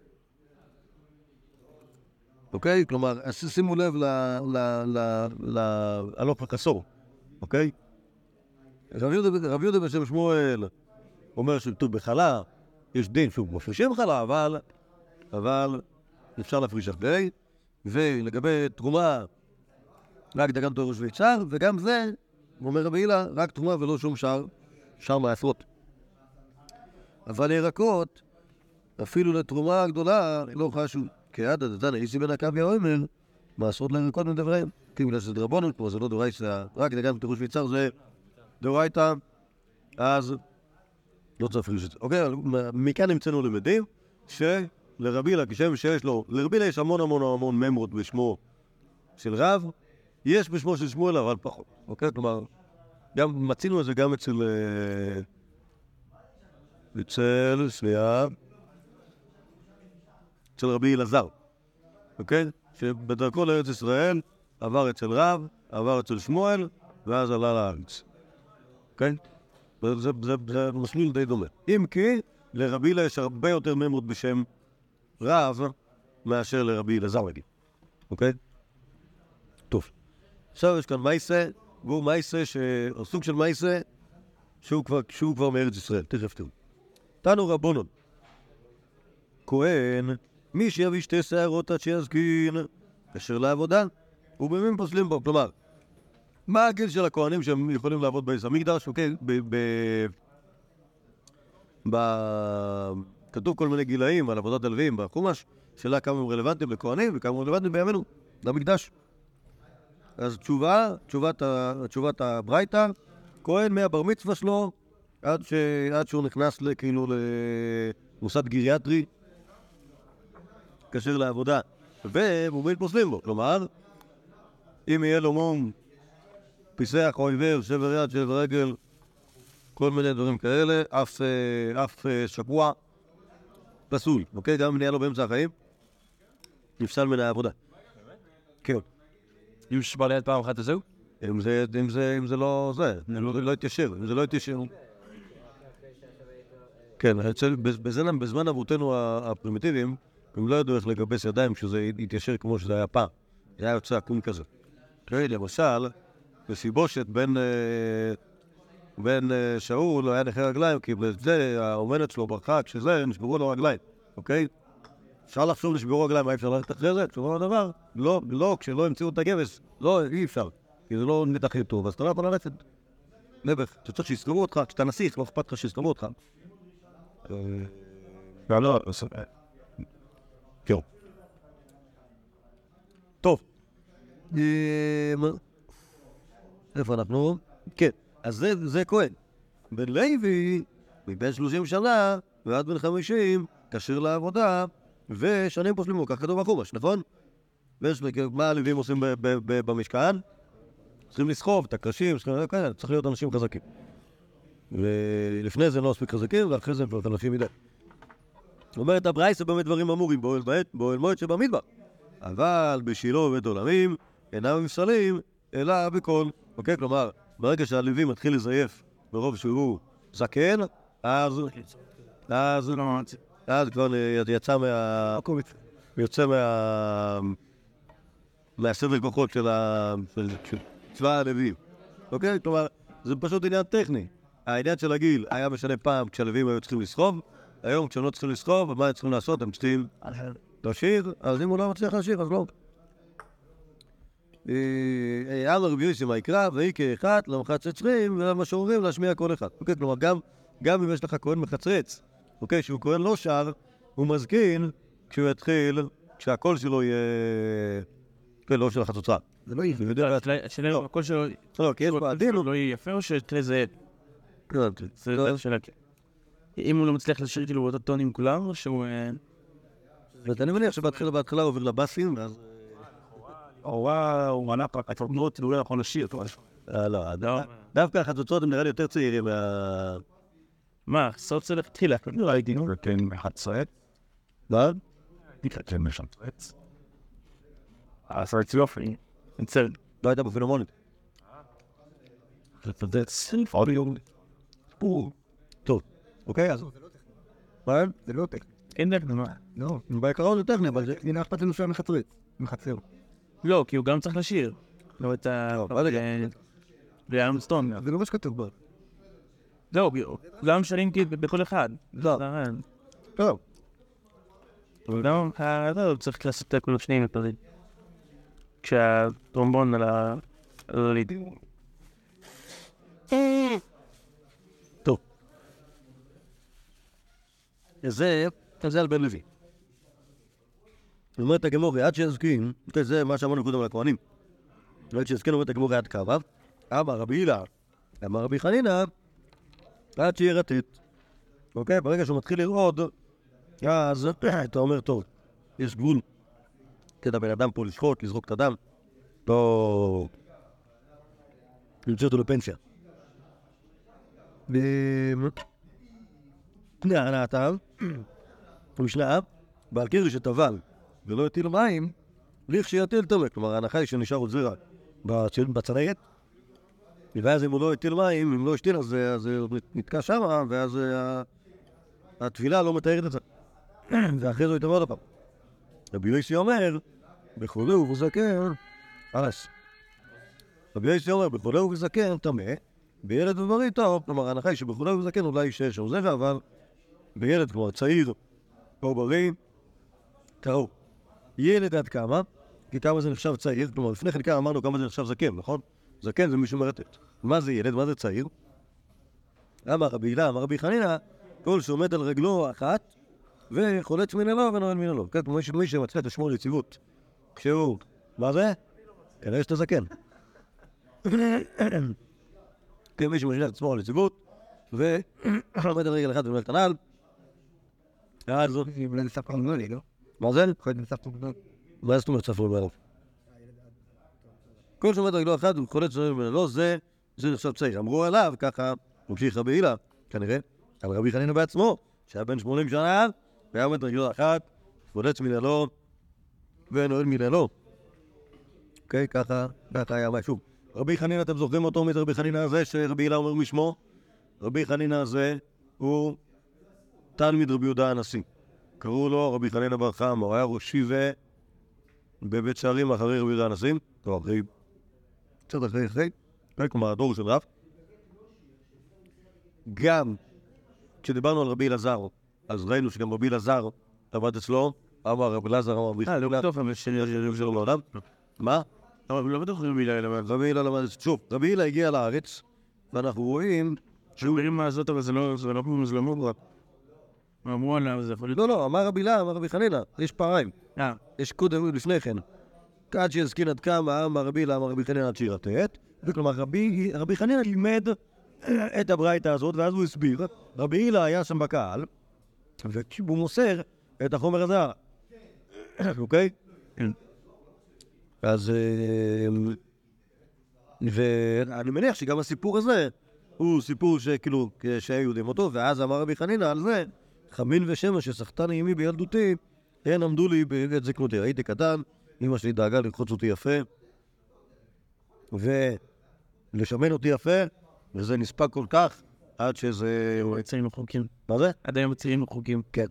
אוקיי? כלומר, שימו לב להלוך הכסור, אוקיי? רב יהודה בשם שמואל אומר שכתוב בחלה, יש דין שהוא מפרישים חלה, אבל אבל אפשר להפריש הרבה, ולגבי תרומה רק דגן דורש ויצהר, וגם זה, אומר רבי הילא, רק תרומה ולא שום שאר, שאר מעשרות. אבל ירקות, אפילו לתרומה הגדולה, לא חשו. כי עד הדתן איסי בן עקביא אומר, מעשרות לירקות מדבריהם. כי בגלל שזה דרבנן, כמו זה לא דורייתא, רק דגן דורש ויצהר זה דורייתא, אז לא צריך להפריש את זה. אוקיי, מכאן נמצאנו למדים, שלרבי הילא, כשם שיש לו, לרבי הילא יש המון המון המון ממרות בשמו של רב, יש בשמו של שמואל, אבל פחות. אוקיי, כלומר, גם מצינו את זה גם אצל... אצל, שנייה, אצל רבי אלעזר, אוקיי? שבדרכו לארץ ישראל עבר אצל רב, עבר אצל שמואל, ואז עלה לארץ. אוקיי? זה, זה, זה, זה מסלול די דומה. אם כי, לרבי אלעזר יש הרבה יותר ממרות בשם רב מאשר לרבי אלעזר, נגיד. אוקיי? טוב. עכשיו יש כאן מייסה, והוא מייסה, סוג של מייסה, שהוא כבר, שהוא כבר מארץ ישראל. תכף תראו. תנו רבונון, כהן, מי שיביא שתי שערות עד שיזקין, אשר לעבודה, ובמים פוסלים בו. כלומר, מה הגיל של הכהנים שהם יכולים לעבוד בבית המקדש? אוקיי, ב... ב... ב... כתוב כל מיני גילאים על עבודת הלוויים בחומש, שאלה כמה הם רלוונטיים לכהנים וכמה הם רלוונטיים בימינו, למקדש. אז תשובה, תשובת, ה... תשובת הברייתא, כהן מהבר מצווה שלו, עד, ש... עד שהוא נכנס כאילו למוסד גריאטרי, כשר לעבודה, ומומים פוסלים בו. כלומר, אם יהיה לו מום, פיסח או עיוור, שבר יד, שבר רגל, כל מיני דברים כאלה, אף, אף שבוע, פסול. אוקיי? גם אם נהיה לו באמצע החיים, נפסל מן העבודה. כן. אם שבא ליד פעם אחת הזו? אם זה, אם זה, אם זה לא זה, לא יתיישר, אם זה לא יתיישר. כן, בזמן, בזמן אבותינו הפרימיטיביים, הם לא ידעו איך לגבס ידיים כשזה יתיישר כמו שזה היה פעם. זה היה יוצא עקום כזה. תראי, למשל, בסיבושת בין, בין שאול היה נכה רגליים, כי בזה האומנת שלו ברכה, כשזה נשברו לו רגליים, אוקיי? אפשר לחשוב לשברו רגליים, מה אפשר ללכת אחרי זה? תשובה לדבר, לא, לא, כשלא המציאו את הגבס, לא, אי אפשר. כי זה לא נתח טוב, אז אתה לא יכול ללכת. נבח, אתה צריך שיסתובו אותך, כשאתה נסיך, לא אכפת לך שיסתובו אותך. לא, לא, כן. טוב. איפה אנחנו? כן, אז זה כהן. בן לוי, מבין שלושים שנה ועד בן חמישים, כשיר לעבודה, ושנים פוסלים לו, כך כתוב בחומש, נכון? מה הלווים עושים במשכן? צריכים לסחוב את הקרשים, צריך להיות אנשים חזקים. ולפני זה לא מספיק חזקים, ואחרי זה כבר אנשים מדי. אומרת הברייתא באמת דברים אמורים באוהל בעת, באוהל מועד שבמדבר. אבל בשילה ובית עולמים אינם נפסלים, אלא בכל. אוקיי? כלומר, ברגע שהלוי מתחיל לזייף ברוב שהוא זקן, אז... אז... אז כבר יצא מה... יוצא מה... מהסדר כוחות של צבא הלווים. אוקיי? כלומר, זה פשוט עניין טכני. העניין של הגיל היה משנה פעם כשהלווים היו צריכים לסחוב, היום כשהם לא צריכים לסחוב, מה הם צריכים לעשות? הם צריכים לשיר, אז אם הוא לא מצליח לשיר, אז לא. אמר רבי יוסי מה יקרא, ויהי כאחד למחצץ צריכים, ולמשוררים להשמיע כל אחד. אוקיי? כלומר, גם, גם אם יש לך כהן מחצרץ, אוקיי? שהוא כהן לא שר, הוא מזכין כשהוא יתחיל, כשהקול שלו יהיה... כן, לא של החצוצרה. זה לא יהיה. השאלה, הקול שלו... לא, כי יש בעדין... לא יהיה יפה או שתראה זה... זה השאלה, כן. אם הוא לא מצליח לשיר כאילו באותו טון עם כולם, או שהוא... ואני מניח שבהתחלה בהתחלה הוא עובר לבאסים, ואז... וואו, הוא ענה פה, התפנות, הוא לא יכול לשיר. לא, דווקא החצוצרות הם נראה לי יותר צעירים מה... מה, סוציאל התחילה. לא הייתי נותן מחצרת. מה? נתחתן מחצרת. עשרת יופי. נצל. לא הייתה בפילהרמונית. זה סילף עוד יום. טוב, אוקיי, אז... מה? זה לא טכני. אין דרך, מה? לא. בעיקרון זה טכני, אבל זה... הנה אכפת לנו שהיה מחצרץ. מחצר. לא, כי הוא גם צריך לשיר. לא את ה... מה זה גם? באלון סטון. זה לא מה שכתוב בו. זהו, גם שרים בכל אחד. לא. טוב. גם, הוא צריך לעשות את הכול שניים לפריד. כשהטרומבון על הליד. טוב. זה, זה על בן לוי. אומרת הגמור, עד שיזכין, זה מה שאמרנו קודם על הכהנים. עד שיזכין אומרת הגמור עד כמה, אמר רבי הילה, אמר רבי חנינא, עד שירטט. אוקיי? ברגע שהוא מתחיל לרעוד, אז אתה אומר, טוב, יש גבול. כדא בן אדם פה לשחוט, לזרוק את הדם. לא... נמצא אותו לפנסיה. פני הענתה, ומשנה, בעל קרי שטבל ולא יטיל מים, ליך שיטיל תומק. כלומר, ההנחה היא שנשאר עוד זרע בצנרת, ואז אם הוא לא יטיל מים, אם לא ישתיל, אז זה נתקע שמה, ואז התפילה לא מתארת את זה. ואחרי זה הוא יתאמר עוד הפעם. רבי יוסי אומר, בחולה ובזקן, ארס. רבי יוסי אומר, בחולה ובזקן, טמא, בילד ובריא טוב. כלומר, ההנחה היא שבחולה ובזקן אולי יישאר שם זרע, אבל בילד, כלומר, צעיר או בריא, תראו, ילד עד כמה, כי כמה זה נחשב צעיר, כלומר, לפני כן כמה אמרנו כמה זה נחשב זקן, נכון? זקן זה מישהו מרטט. מה זה ילד? מה זה צעיר? אמר רבי הילה, אמר רבי חנינא, כל שעומד על רגלו אחת, וחולץ מנהלו ונועל מנהלו. כן, כמו מי שמצליח לשמור ליציבות. כשהוא, מה זה? כנראה שאתה זקן. כן, מי שמצליח לשמור ליציבות, ועומד על רגל אחת ומנהל את הנעל. אז... אולי זה ספר מנהלי, לא? מה זה? יכול להיות ספר מנהלי. מה זאת אומרת ספר מנהלי? כל שעומד על רגלו אחת וחולץ מנהלו, זה זה נחשב צעיר. אמרו עליו, ככה, ממשיך רבי הילה, כנראה, על רבי חנינא בעצמו, שהיה בן שמונים שנה, והיה עומד רגלו אחת, חולץ מנהלו, ונועל מנהלו. אוקיי, ככה, ככה היה משהו. רבי חנינא, אתם זוכרים אותו מאת רבי חנינא הזה, שרבי הילה אומר משמו? רבי חנינא הזה הוא תלמיד רבי יהודה הנשיא. קראו לו רבי חנינא בר חמא, הוא היה ראש ישיבה בבית שערים אחרי רבי יהודה הנשיא, טוב, אחרי, קצת אחרי אחרי, כלומר הדור של רב. גם כשדיברנו על רבי אלעזר, אז ראינו שגם רבי אלעזר עבד אצלו, אמר רבי אלעזר, אמר רבי חנינא. אה, לא טוב, אבל שאני חושב לו עליו. מה? אבל לא בטוח רבי הילה למד. רבי הילה למד, שוב, רבי הילה הגיע לארץ, ואנחנו רואים... שאומרים מה זאת, אבל זה לא, זה לא כמו מזלמות רק. אמרו עליו, זה יכול להיות... לא, לא, אמר רבי הילה, אמר רבי חנינא, יש פעריים. אה. יש קודם לפני כן. עד שיזכין עד כמה, אמר רבי הילה, אמר רבי חנינא עד שירטט. וכלומר, רבי, רבי חנינא לימד את הברייתא הזאת, ואז הוא הסביר. רבי הילה היה שם בקהל, והוא מוסר את החומר הזה. אוקיי? כן. אז... ואני מניח שגם הסיפור הזה הוא סיפור שכאילו, שהיו יודעים אותו, ואז אמר רבי חנינא על זה, חמין ושמש שסחטני עימי בילדותי, הן עמדו לי בעת זקנותי. הייתי קטן, אמא שלי דאגה לרחוץ אותי יפה, ולשמן אותי יפה, וזה נספק כל כך, עד שזה... מציירים חוקים. מה זה? עד היום מציירים חוקים. כן.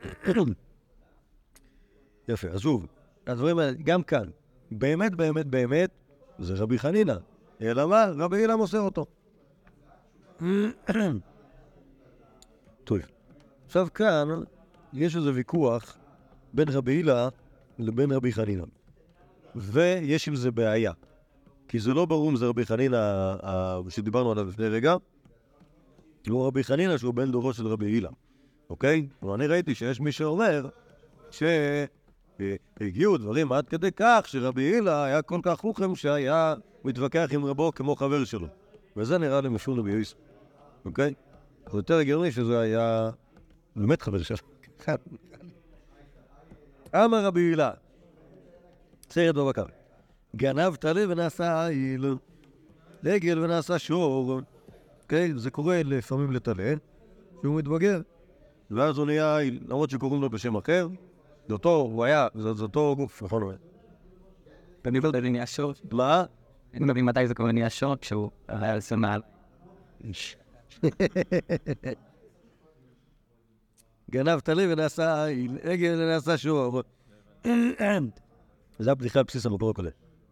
יפה, אז שוב, הדברים האלה, גם כאן, באמת, באמת, באמת, זה רבי חנינא. אלא מה? רבי הילה מוסר אותו. טוב. עכשיו כאן, יש איזה ויכוח בין רבי הילה לבין רבי חנינא. ויש עם זה בעיה. כי זה לא ברור אם זה רבי חנינא שדיברנו עליו לפני רגע, לא רבי חנינא שהוא בן דורו של רבי הילה. אוקיי? ואני ראיתי שיש מי שאומר שהגיעו דברים עד כדי כך שרבי הילה היה כל כך חוכם שהיה מתווכח עם רבו כמו חבר שלו. וזה נראה לי משול רבי יוסף. אוקיי? זה יותר הגיוני שזה היה באמת חבר שלו. אמר רבי הילה, סרט בבקר, גנב טלה ונעשה עיל, עגל ונעשה שור. אוקיי? זה קורה לפעמים לטלה, שהוא מתבגר. ואז הוא נהיה עיל, למרות שקוראים לו בשם אחר. זה אותו, הוא היה, זה אותו גוף, נכון הוא היה. אני לא יודע אם נהיה שור. מה? אני לא מבין מתי זה כבר נהיה שור, כשהוא היה על סמל. גנב טלה ונעשה עיל, עגל ונעשה שור. זה הבדיחה על בסיס המקור הקודם.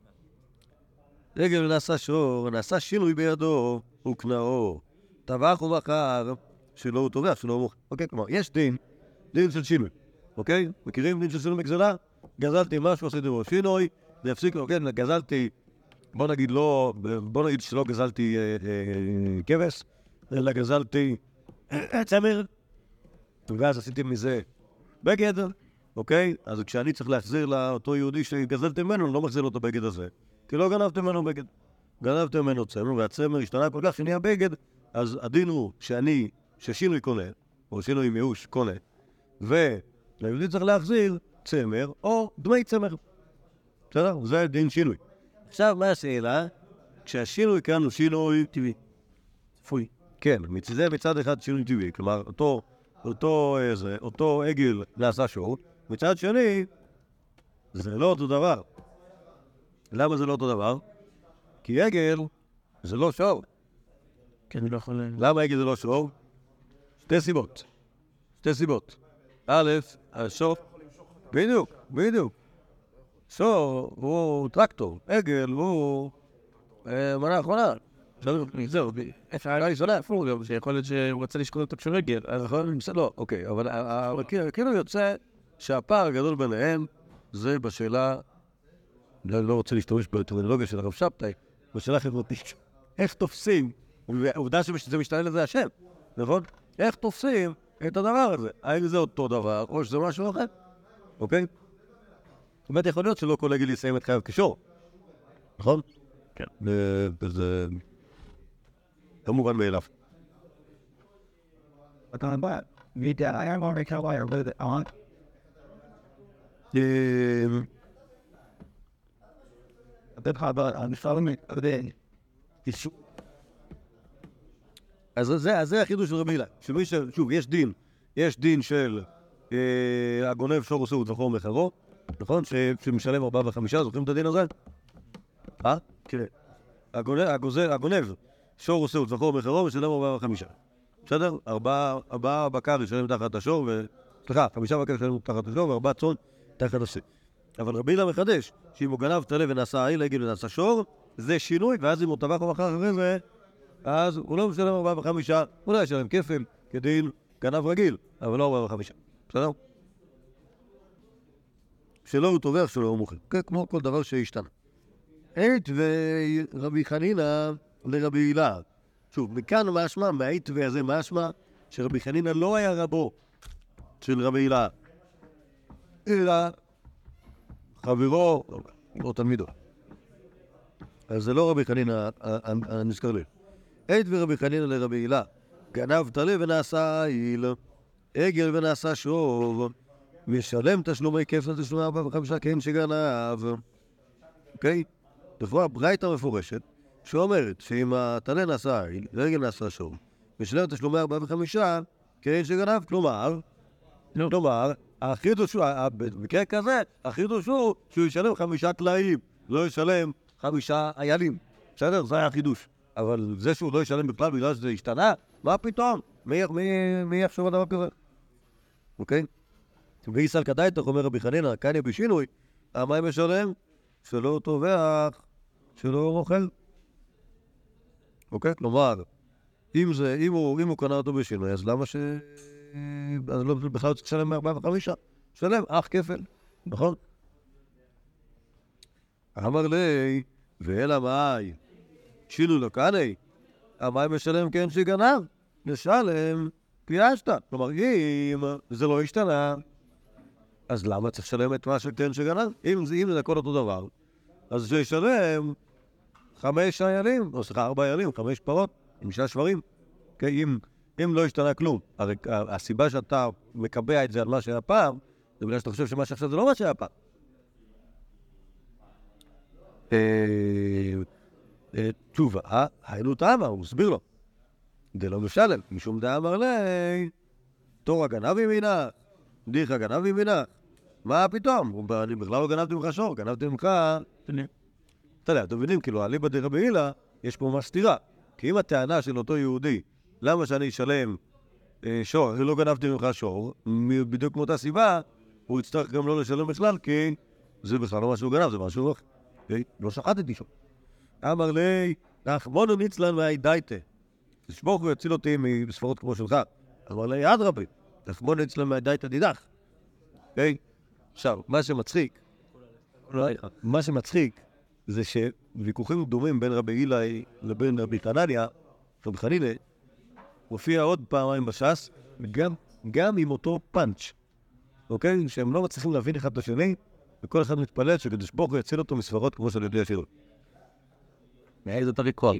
עגל ונעשה שור, נעשה שינוי בידו, וקנאו. טבח ומכר, שלא הוא טובח, שלא הוא מוכר. אוקיי, כלומר, יש דין, דין של שינוי. אוקיי? מכירים דין של שינוי בגזלה? גזלתי משהו, עשיתי בו שינוי, זה יפסיק, אוקיי, גזלתי, בוא נגיד לא, בוא נגיד שלא גזלתי כבש, אלא גזלתי צמר, ואז עשיתי מזה בגד, אוקיי? אז כשאני צריך להחזיר לאותו יהודי שגזלתי ממנו, אני לא מחזיר לו את הבגד הזה, כי לא גנבתי ממנו בגד. גנבתי ממנו צמר, והצמר השתנה כל כך שנהיה בגד, אז הדין הוא שאני, ששינוי קונה, או שינוי מיאוש קונה, והיהודי צריך להחזיר צמר או דמי צמר. בסדר? זה דין שינוי. עכשיו, מה השאלה? כשהשינוי כאן הוא שינוי טבעי. צפוי. כן, זה מצד אחד שינוי טבעי. כלומר, אותו, אותו, זה, אותו עגל נעשה שור, מצד שני, זה לא אותו דבר. למה זה לא אותו דבר? כי עגל זה לא שור. כן, אני לא יכול... למה עגל זה לא שור? שתי סיבות. שתי סיבות. א', השור... בדיוק, בדיוק. שור הוא טרקטור, עגל הוא מנה אחרונה. זהו, אפשר להישאלה אפילו גם, שיכול להיות שהוא רוצה לשקול אותו כשרגל. אז יכול להיות, לא, אוקיי, אבל כאילו יוצא שהפער הגדול ביניהם זה בשאלה, אני לא רוצה להשתמש בטרמינולוגיה של הרב שבתאי, בשאלה חברתית. איך תופסים, והעובדה שזה משתנה לזה השם, נכון? איך תופסים את הדבר הזה? האם זה אותו דבר, או שזה משהו אחר? אוקיי? זאת אומרת, יכול להיות שלא כל עגל יסיים את חייו כשור. נכון? כן. וזה כמובן מאליו. אתה יודע, וידע, היה אמור לקרוא הרבה את זה, אתה יודע, אני סתם יודע, אז זה החידוש של רבי הילה. שמי ש... שוב, יש דין. יש דין של הגונב שור עושה וזכור מחרו, נכון? שמשלם ארבעה וחמישה, זוכרים את הדין הזה? אה? כן. הגונב שור עושה וזכור מחרו, משלם ארבעה וחמישה. בסדר? ארבעה בקר ישלם תחת השור, סליחה, חמישה בקר ישלם תחת השור, וארבעה צאן תחת השיא. אבל רבי הילה מחדש, שאם הוא גנב טלה ונעשה עיל, עגל ונעשה שור, זה שינוי, ואז אם הוא טבח או מחר אחרי זה, אז הוא לא משלם ארבעה וחמישה, אולי ישלם כפל, כדין גנב רגיל, אבל לא ארבעה וחמישה. בסדר? שלא הוא טובח, שלא הוא מוכר. כמו כל דבר שהשתנה. עת ורבי חנינא לרבי הילה. שוב, מכאן משמע, מהעת והזה משמע, שרבי חנינא לא היה רבו של רבי הילה, אלא חברו או תלמידו. אז זה לא רבי חנינא הנזכר לי. עת ורבי חנינא לרבי הילה, גנב טלה ונעשה עיל, עגל ונעשה שור, משלם תשלומי כפל תשלומי ארבעה וחמישה כן שגנב. אוקיי? לכאורה ברייתא מפורשת, שאומרת שאם הטלה נעשה עיל, עגל נעשה שור, משלם תשלומי ארבעה וחמישה כן שגנב, כלומר, כלומר, החידוש הוא, במקרה כזה, החידוש הוא שהוא ישלם חמישה טלאים, לא ישלם חמישה איילים. בסדר? זה היה החידוש. אבל זה שהוא לא ישלם בכלל בגלל שזה השתנה, מה פתאום? מי יחשוב על דבר כזה? אוקיי? ואיסל כדאיתך, אומר רבי חנינא, קניה בשינוי, המים משלם, שלא טובח, שלא אוכל. אוקיי? כלומר, אם זה, אם הוא, אם הוא קנה אותו בשינוי, אז למה ש... אז לא, בכלל צריך לשלם ארבעה וחמישה. שלם, אח כפל, נכון? אמר לי, ואלא מאי, שינוי לא קניה, המים משלם כן שגנב, לשלם פיישתא. כלומר, אם זה לא השתנה, אז למה צריך לשלם את מה שכן שגנב? אם זה, אם זה הכל אותו דבר, אז שישלם חמש איילים, או סליחה, ארבע איילים, חמש פרות, עם שישה שברים. כי אם, אם לא השתנה כלום, הרי הסיבה שאתה מקבע את זה על מה שהיה פעם, זה בגלל שאתה חושב שמה שעכשיו זה לא מה שהיה פעם. תשובה, היינו טעמה, הוא הסביר לו. זה לא משלם, משום דה אמר לי, תור הגנב ימינך, דיך הגנב ימינך. מה פתאום? אני בכלל לא גנבתי ממך שור, גנבתי ממך... אתה יודע, אתם מבינים, כאילו, אליבא דרבי הילה, יש פה ממש סתירה. כי אם הטענה של אותו יהודי, למה שאני אשלם שור, אני לא גנבתי ממך שור, בדיוק מאותה סיבה, הוא יצטרך גם לא לשלם בכלל, כי זה בכלל לא משהו גנב, זה משהו אחר. לא שחטתי שור. אמר לי, נחמונו ניצלן מהידייטה. תשמוך ויציל אותי מספרות כמו שלך. אמר לי, עד רבי, נחמונו ניצלן מהידייטה דידך. עכשיו, מה שמצחיק, מה שמצחיק, זה שוויכוחים דומים בין רבי הילה לבין רבי חנניה, רבי חנינא, הופיע עוד פעמיים בש"ס, גם, גם עם אותו פאנץ', אוקיי? שהם לא מצליחים להבין אחד את השני, וכל אחד מתפלל שקדוש ברוך הוא יציל אותו מספרות כמו שאני יודע ישיר. מאיזה תריקות?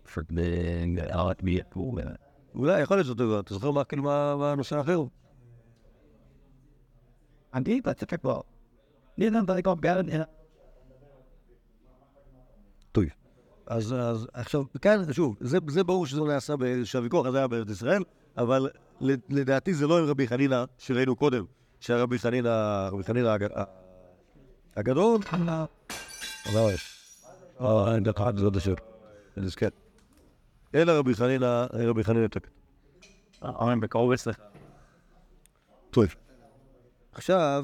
אולי יכול להיות שאתה אתה זוכר מה, כאילו, מה הנושא האחר? אני בצפק בו. לי אין תריקות בערן הנה. טוב. אז, אז עכשיו, כאן, שוב, זה, זה ברור שזה נעשה, שהוויכוח הזה היה בארץ ישראל, אבל לדעתי זה לא עם רבי חנינא שראינו קודם, שהרבי חנינא, רבי חנינא הגדול, אבל יש. אה, אין דקה, זה עוד השיר. זה זכת. אלא רבי חנינא, רבי חנינא תקת. אומרים בקרוב אצלך. טוב. עכשיו...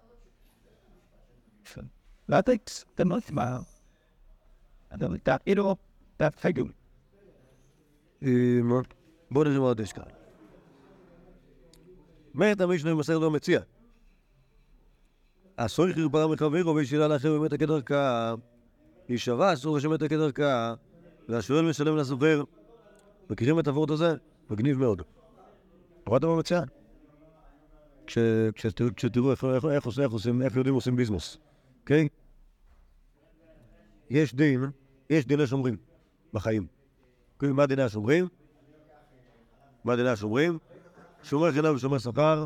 לא תקס, אתם לא תשמע. אתם תעידו, תפגו. בואו נראה מה עוד יש כאן. מת המשנה במסר לא מציע. אסור חרפרה מחברו וישילה לאחר ומת כדרכה. יישבע אסור שמת כדרכה. והשואל משלם לסוחר. מכירים את הוורט הזה? מגניב מאוד. רואה מה מציע? כשתראו איך יודעים עושים ביזנס. אוקיי? יש דין, יש דיני שומרים בחיים. מה דיני השומרים? מה דיני השומרים? שומר חינם ושומר שכר.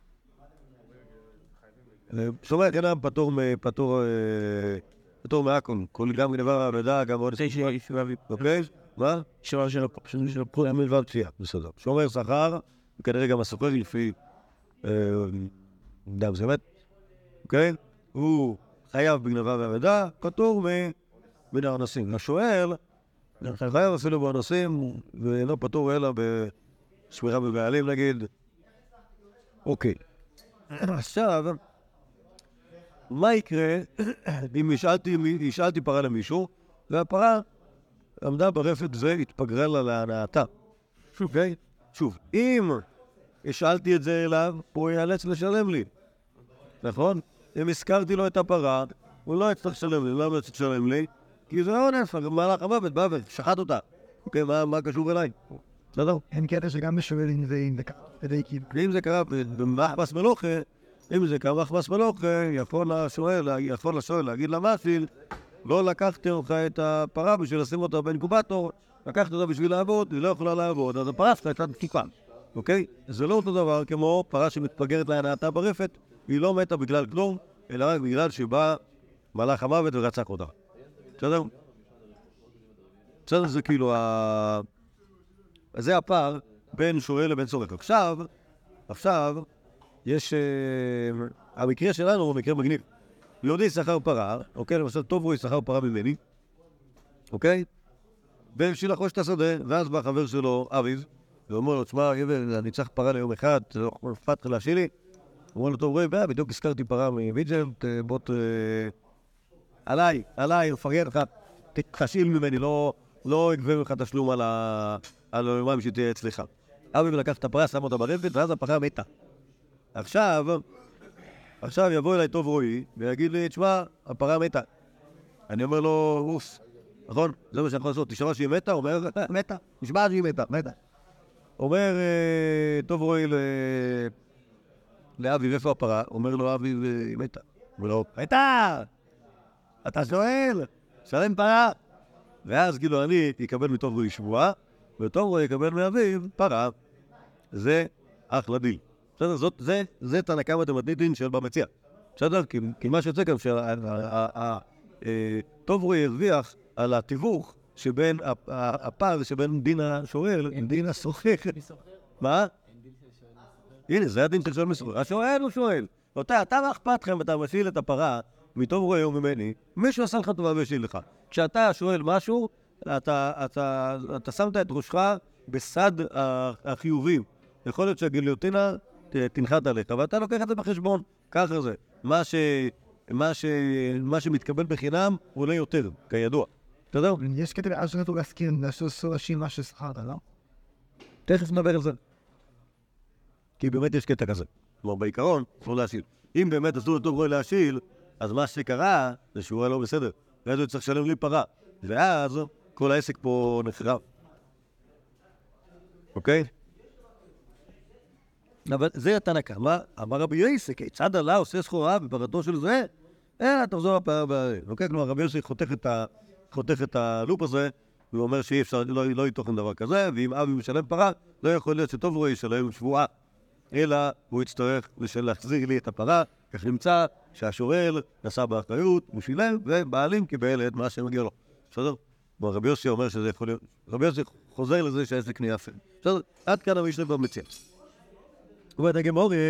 שומר חינם פטור פטור פטור מהכל. כל גם גנבה והעבדה, גם עוד... אוקיי? מה? שומר של הפועל. מלבד פציעה, בסדר. שומר שכר, וכנראה גם הסוחר לפי... דם זמת. אוקיי? הוא חייב בגנבה והעבדה, פטור מן הארנסים. השואל חייב אפילו בארנסים, ולא פטור אלא בשמירה בבעלים נגיד. אוקיי. עכשיו, מה יקרה אם השאלתי פרה למישהו, והפרה עמדה ברפת והתפגרה לה להנאתה. אוקיי? שוב, אם השאלתי את זה אליו, הוא ייאלץ לשלם לי. נכון? אם הזכרתי לו את הפרה, הוא לא יצטרך לשלם לי. למה לא יצטרך לשלם לי? כי זה אונס, במהלך המוות, בא ושחט אותה. אוקיי, מה קשור אליי? בסדר? אין קטע שגם משואל אם זה דייקים. ואם זה קרה במחבס מלוכה, אם זה קרה במחבס מלוכה, יכול לשואל, יכול לשואל להגיד למאפיל, לא לקחתי לך את הפרה בשביל לשים אותה באינקובטור, לקחתי אותה בשביל לעבוד, היא לא יכולה לעבוד, אז הפרה שלך הייתה דפוקה. אוקיי? זה לא אותו דבר כמו פרה שמתפגרת להנאתה ברפת, היא לא מתה בגלל כלום, אלא רק בגלל שבא מלאך המוות ורצח אותה. בסדר? בסדר, זה כאילו ה... זה הפער בין שואל לבין צורך. עכשיו, עכשיו, יש... המקרה שלנו הוא מקרה מגניב. יהודי שכר פרה, אוקיי? למשל, טוב רואי שכר פרה ממני, אוקיי? ובשביל לחוש את השדה, ואז בא חבר שלו, אביב, ואומר לו, תשמע, אני צריך פרה ליום אחד, זה לא אכפת לך להשאיר לי. הוא אומר לו, טוב רואי, בדיוק הזכרתי פרה מוויג'נט, בוא ת... עליי, עליי, מפרגן לך, תשאיל ממני, לא... לא יגבה ממך תשלום על ה... על היומיים שתהיה אצלך. אביב לקח את הפרה, שם אותה ברפת, ואז הפרה מתה. עכשיו, עכשיו יבוא אליי טוב רואי, ויגיד לי, תשמע, הפרה מתה. אני אומר לו, אוף, נכון? זה מה שאני יכול לעשות, תשמע שהיא מתה? הוא אומר, מתה, נשמע שהיא מתה, מתה. אומר טוב רואי לאביב, איפה הפרה? אומר לו, אביב, היא מתה. אומר לו, מתה! אתה שואל? שלם פרה. ואז כאילו אני אקבל מטוב רואי שבועה, וטוב רואי יקבל מאביב פרה. זה אחלה דיל. בסדר, זאת, זה, זה תנקה מתמטית של במציע. בסדר? כי, כי מה שיוצא כאן, טוב רואי הרוויח על התיווך שבין הפער שבין דין השואל, דין הסוחר. מה? הנה, זה הדין של שואל מסוחר. השואל הוא שואל. אתה, אתה מה אכפת לכם ואתה משיל את הפרה מטוב רואי או ממני, מישהו עשה לך טובה ושיל לך. כשאתה שואל משהו, אתה, אתה, אתה שמת את ראשך בסד החיובים. יכול להיות שהגיליוטינה תנחת עליך, ואתה לוקח את זה בחשבון. ככה זה. מה, ש, מה, ש, מה שמתקבל בחינם עולה יותר, כידוע. אתה יודע? יש כתב אז רצו להזכיר, לעשות אנשים מה ששכרת, לא? תכף נדבר על זה. כי באמת יש קטע כזה. כלומר, בעיקרון, לא להשיל. אם באמת אסור לטוב רואי להשיל, אז מה שקרה זה שהוא היה לא בסדר. ואז הוא צריך לשלם לי פרה. ואז כל העסק פה נחרב. אוקיי? אבל זה התנקה. מה? אמר רבי יוסי, כיצד עלה עושה סחורה בפרתו של זה? אה, תחזור הפרה הבאה. אוקיי? כלומר, רבי יוסי חותך את, ה... חותך את הלופ הזה, והוא אומר שאי אפשר, לא, לא יתוכן דבר כזה, ואם אבי משלם פרה, לא יכול להיות שטוב רואי ישלם שבועה. אלא הוא יצטרך להחזיר לי את הפרה, כך נמצא שהשואל נסע באחריות, הוא שילם, ובעלים קיבל את מה שמגיע לו. בסדר? רבי יוסי אומר שזה יכול להיות... רבי יוסי חוזר לזה שהעסק נהיה יפה. בסדר? עד כאן המשנה במציע. הוא אומר, תגיד מאורי,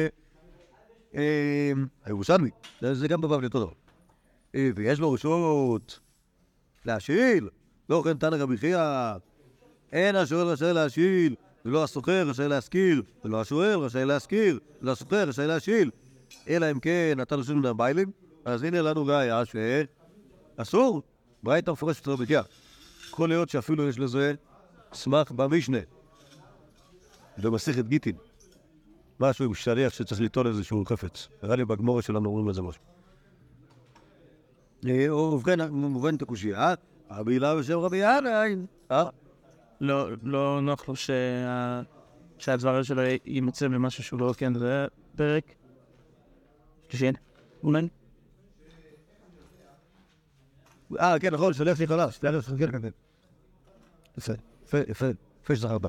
הירושלמי, זה גם בבבלי אותו דבר. ויש לו רשות להשיל, לא כן תנא רבי חייא, אין השואל רשאי להשיל, ולא הסוחר רשאי להשכיר, ולא השואל רשאי להשכיר, ולא הסוחר רשאי להשיל. אלא אם כן נתן לשון מן הביילים, אז הנה לנו ראיה שאסור, ברייתא מפורשת רבי חייא. יכול להיות שאפילו יש לזה סמך במשנה, במסכת גיטין. משהו עם שליח שצריך ליטול איזשהו חפץ. נראה לי בגמורה שלנו אומרים לזה משהו. ובכן, מובן את הקושיה, רבי הילה בשם רבי ינאי. לא, לא נוח לו שהדבר שלו יימצא במשהו שהוא לא כן, זה פרק. שלישין, אולי? אה, כן, נכון, שליח לי חלש, שליח לי חלש, כן, כן. יפה, יפה, יפה, יפה שזכרת.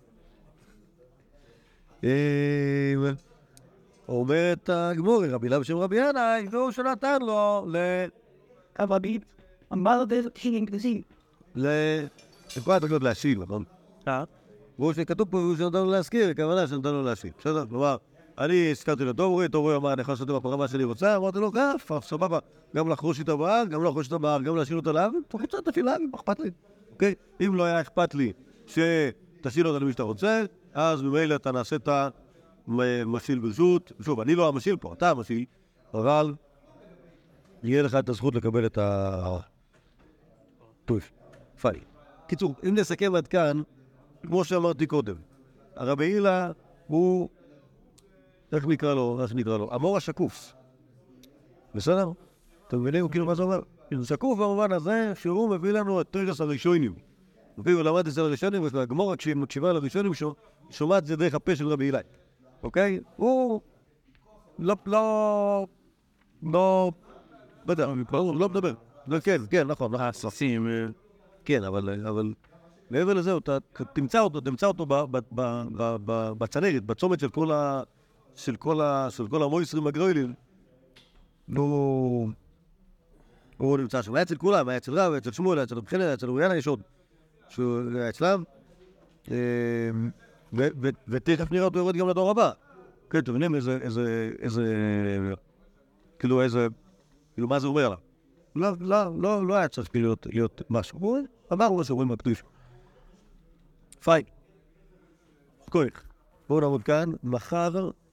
אומרת הגמורה, רבי הילה בשם רבי ינאי, והוא שנתן לו ל... רבי, אמר זה חילים כזים. ל... לכל התקלות להשיל, נכון? אה? והוא שכתוב פה, הוא שנתן לו להזכיר, הכוונה שנתן לו להשיל. בסדר? כלומר, אני הזכרתי לטוב רואי, טוב רואי אמר, אני יכול לעשות עם הפרמה שלי רוצה, אמרתי לו, גף, סבבה, גם לחרוש איתה בהר, גם לחרוש איתה בהר, גם להשאיר אותה להר, תוך קצת תפילה, מה אכפת לי? אוקיי? אם לא היה אכפת לי שתשאיל אותה למי שאתה רוצה, אז ממילא אתה נעשה את המשיל ברשות. שוב, אני לא המשיל פה, אתה המשיל, אבל יהיה לך את הזכות לקבל את ה... טוב, פאי. קיצור, אם נסכם עד כאן, כמו שאמרתי קודם, הרבי הילה הוא... איך נקרא לו, איך נקרא לו? המור השקוף. בסדר? אתם מבינים כאילו מה זה אומר? שקוף במובן הזה שהוא מביא לנו את תרגס הראשונים. הוא למד את זה לראשונים, והגמורה כשהיא מקשיבה לראשונים, שומעת זה דרך הפה של רבי הילה. אוקיי? הוא... לא... לא... לא... בטח, הוא לא מדבר. כן, כן, נכון. הססים. כן, אבל... אבל... מעבר לזה, אתה תמצא אותו, תמצא אותו בצנרת, בצומת של כל ה... של כל ה... של כל המויסרים הגרוילים. הוא... הוא נמצא שם. היה אצל כולם, היה אצל רב, היה אצל שמואל, היה אצל רב חנן, היה אצל אוריין הישוד. שהוא היה אצלם. ותכף נראה אותו יורד גם לדור הבא. כן, אתם מבינים איזה, איזה, איזה, כאילו איזה, כאילו מה זה אומר עליו? לא, לא, לא, לא היה צריך להיות, להיות משהו. הוא אמר לו שאומרים הקדוש. פיין. כוח. בואו נעמוד כאן, מחר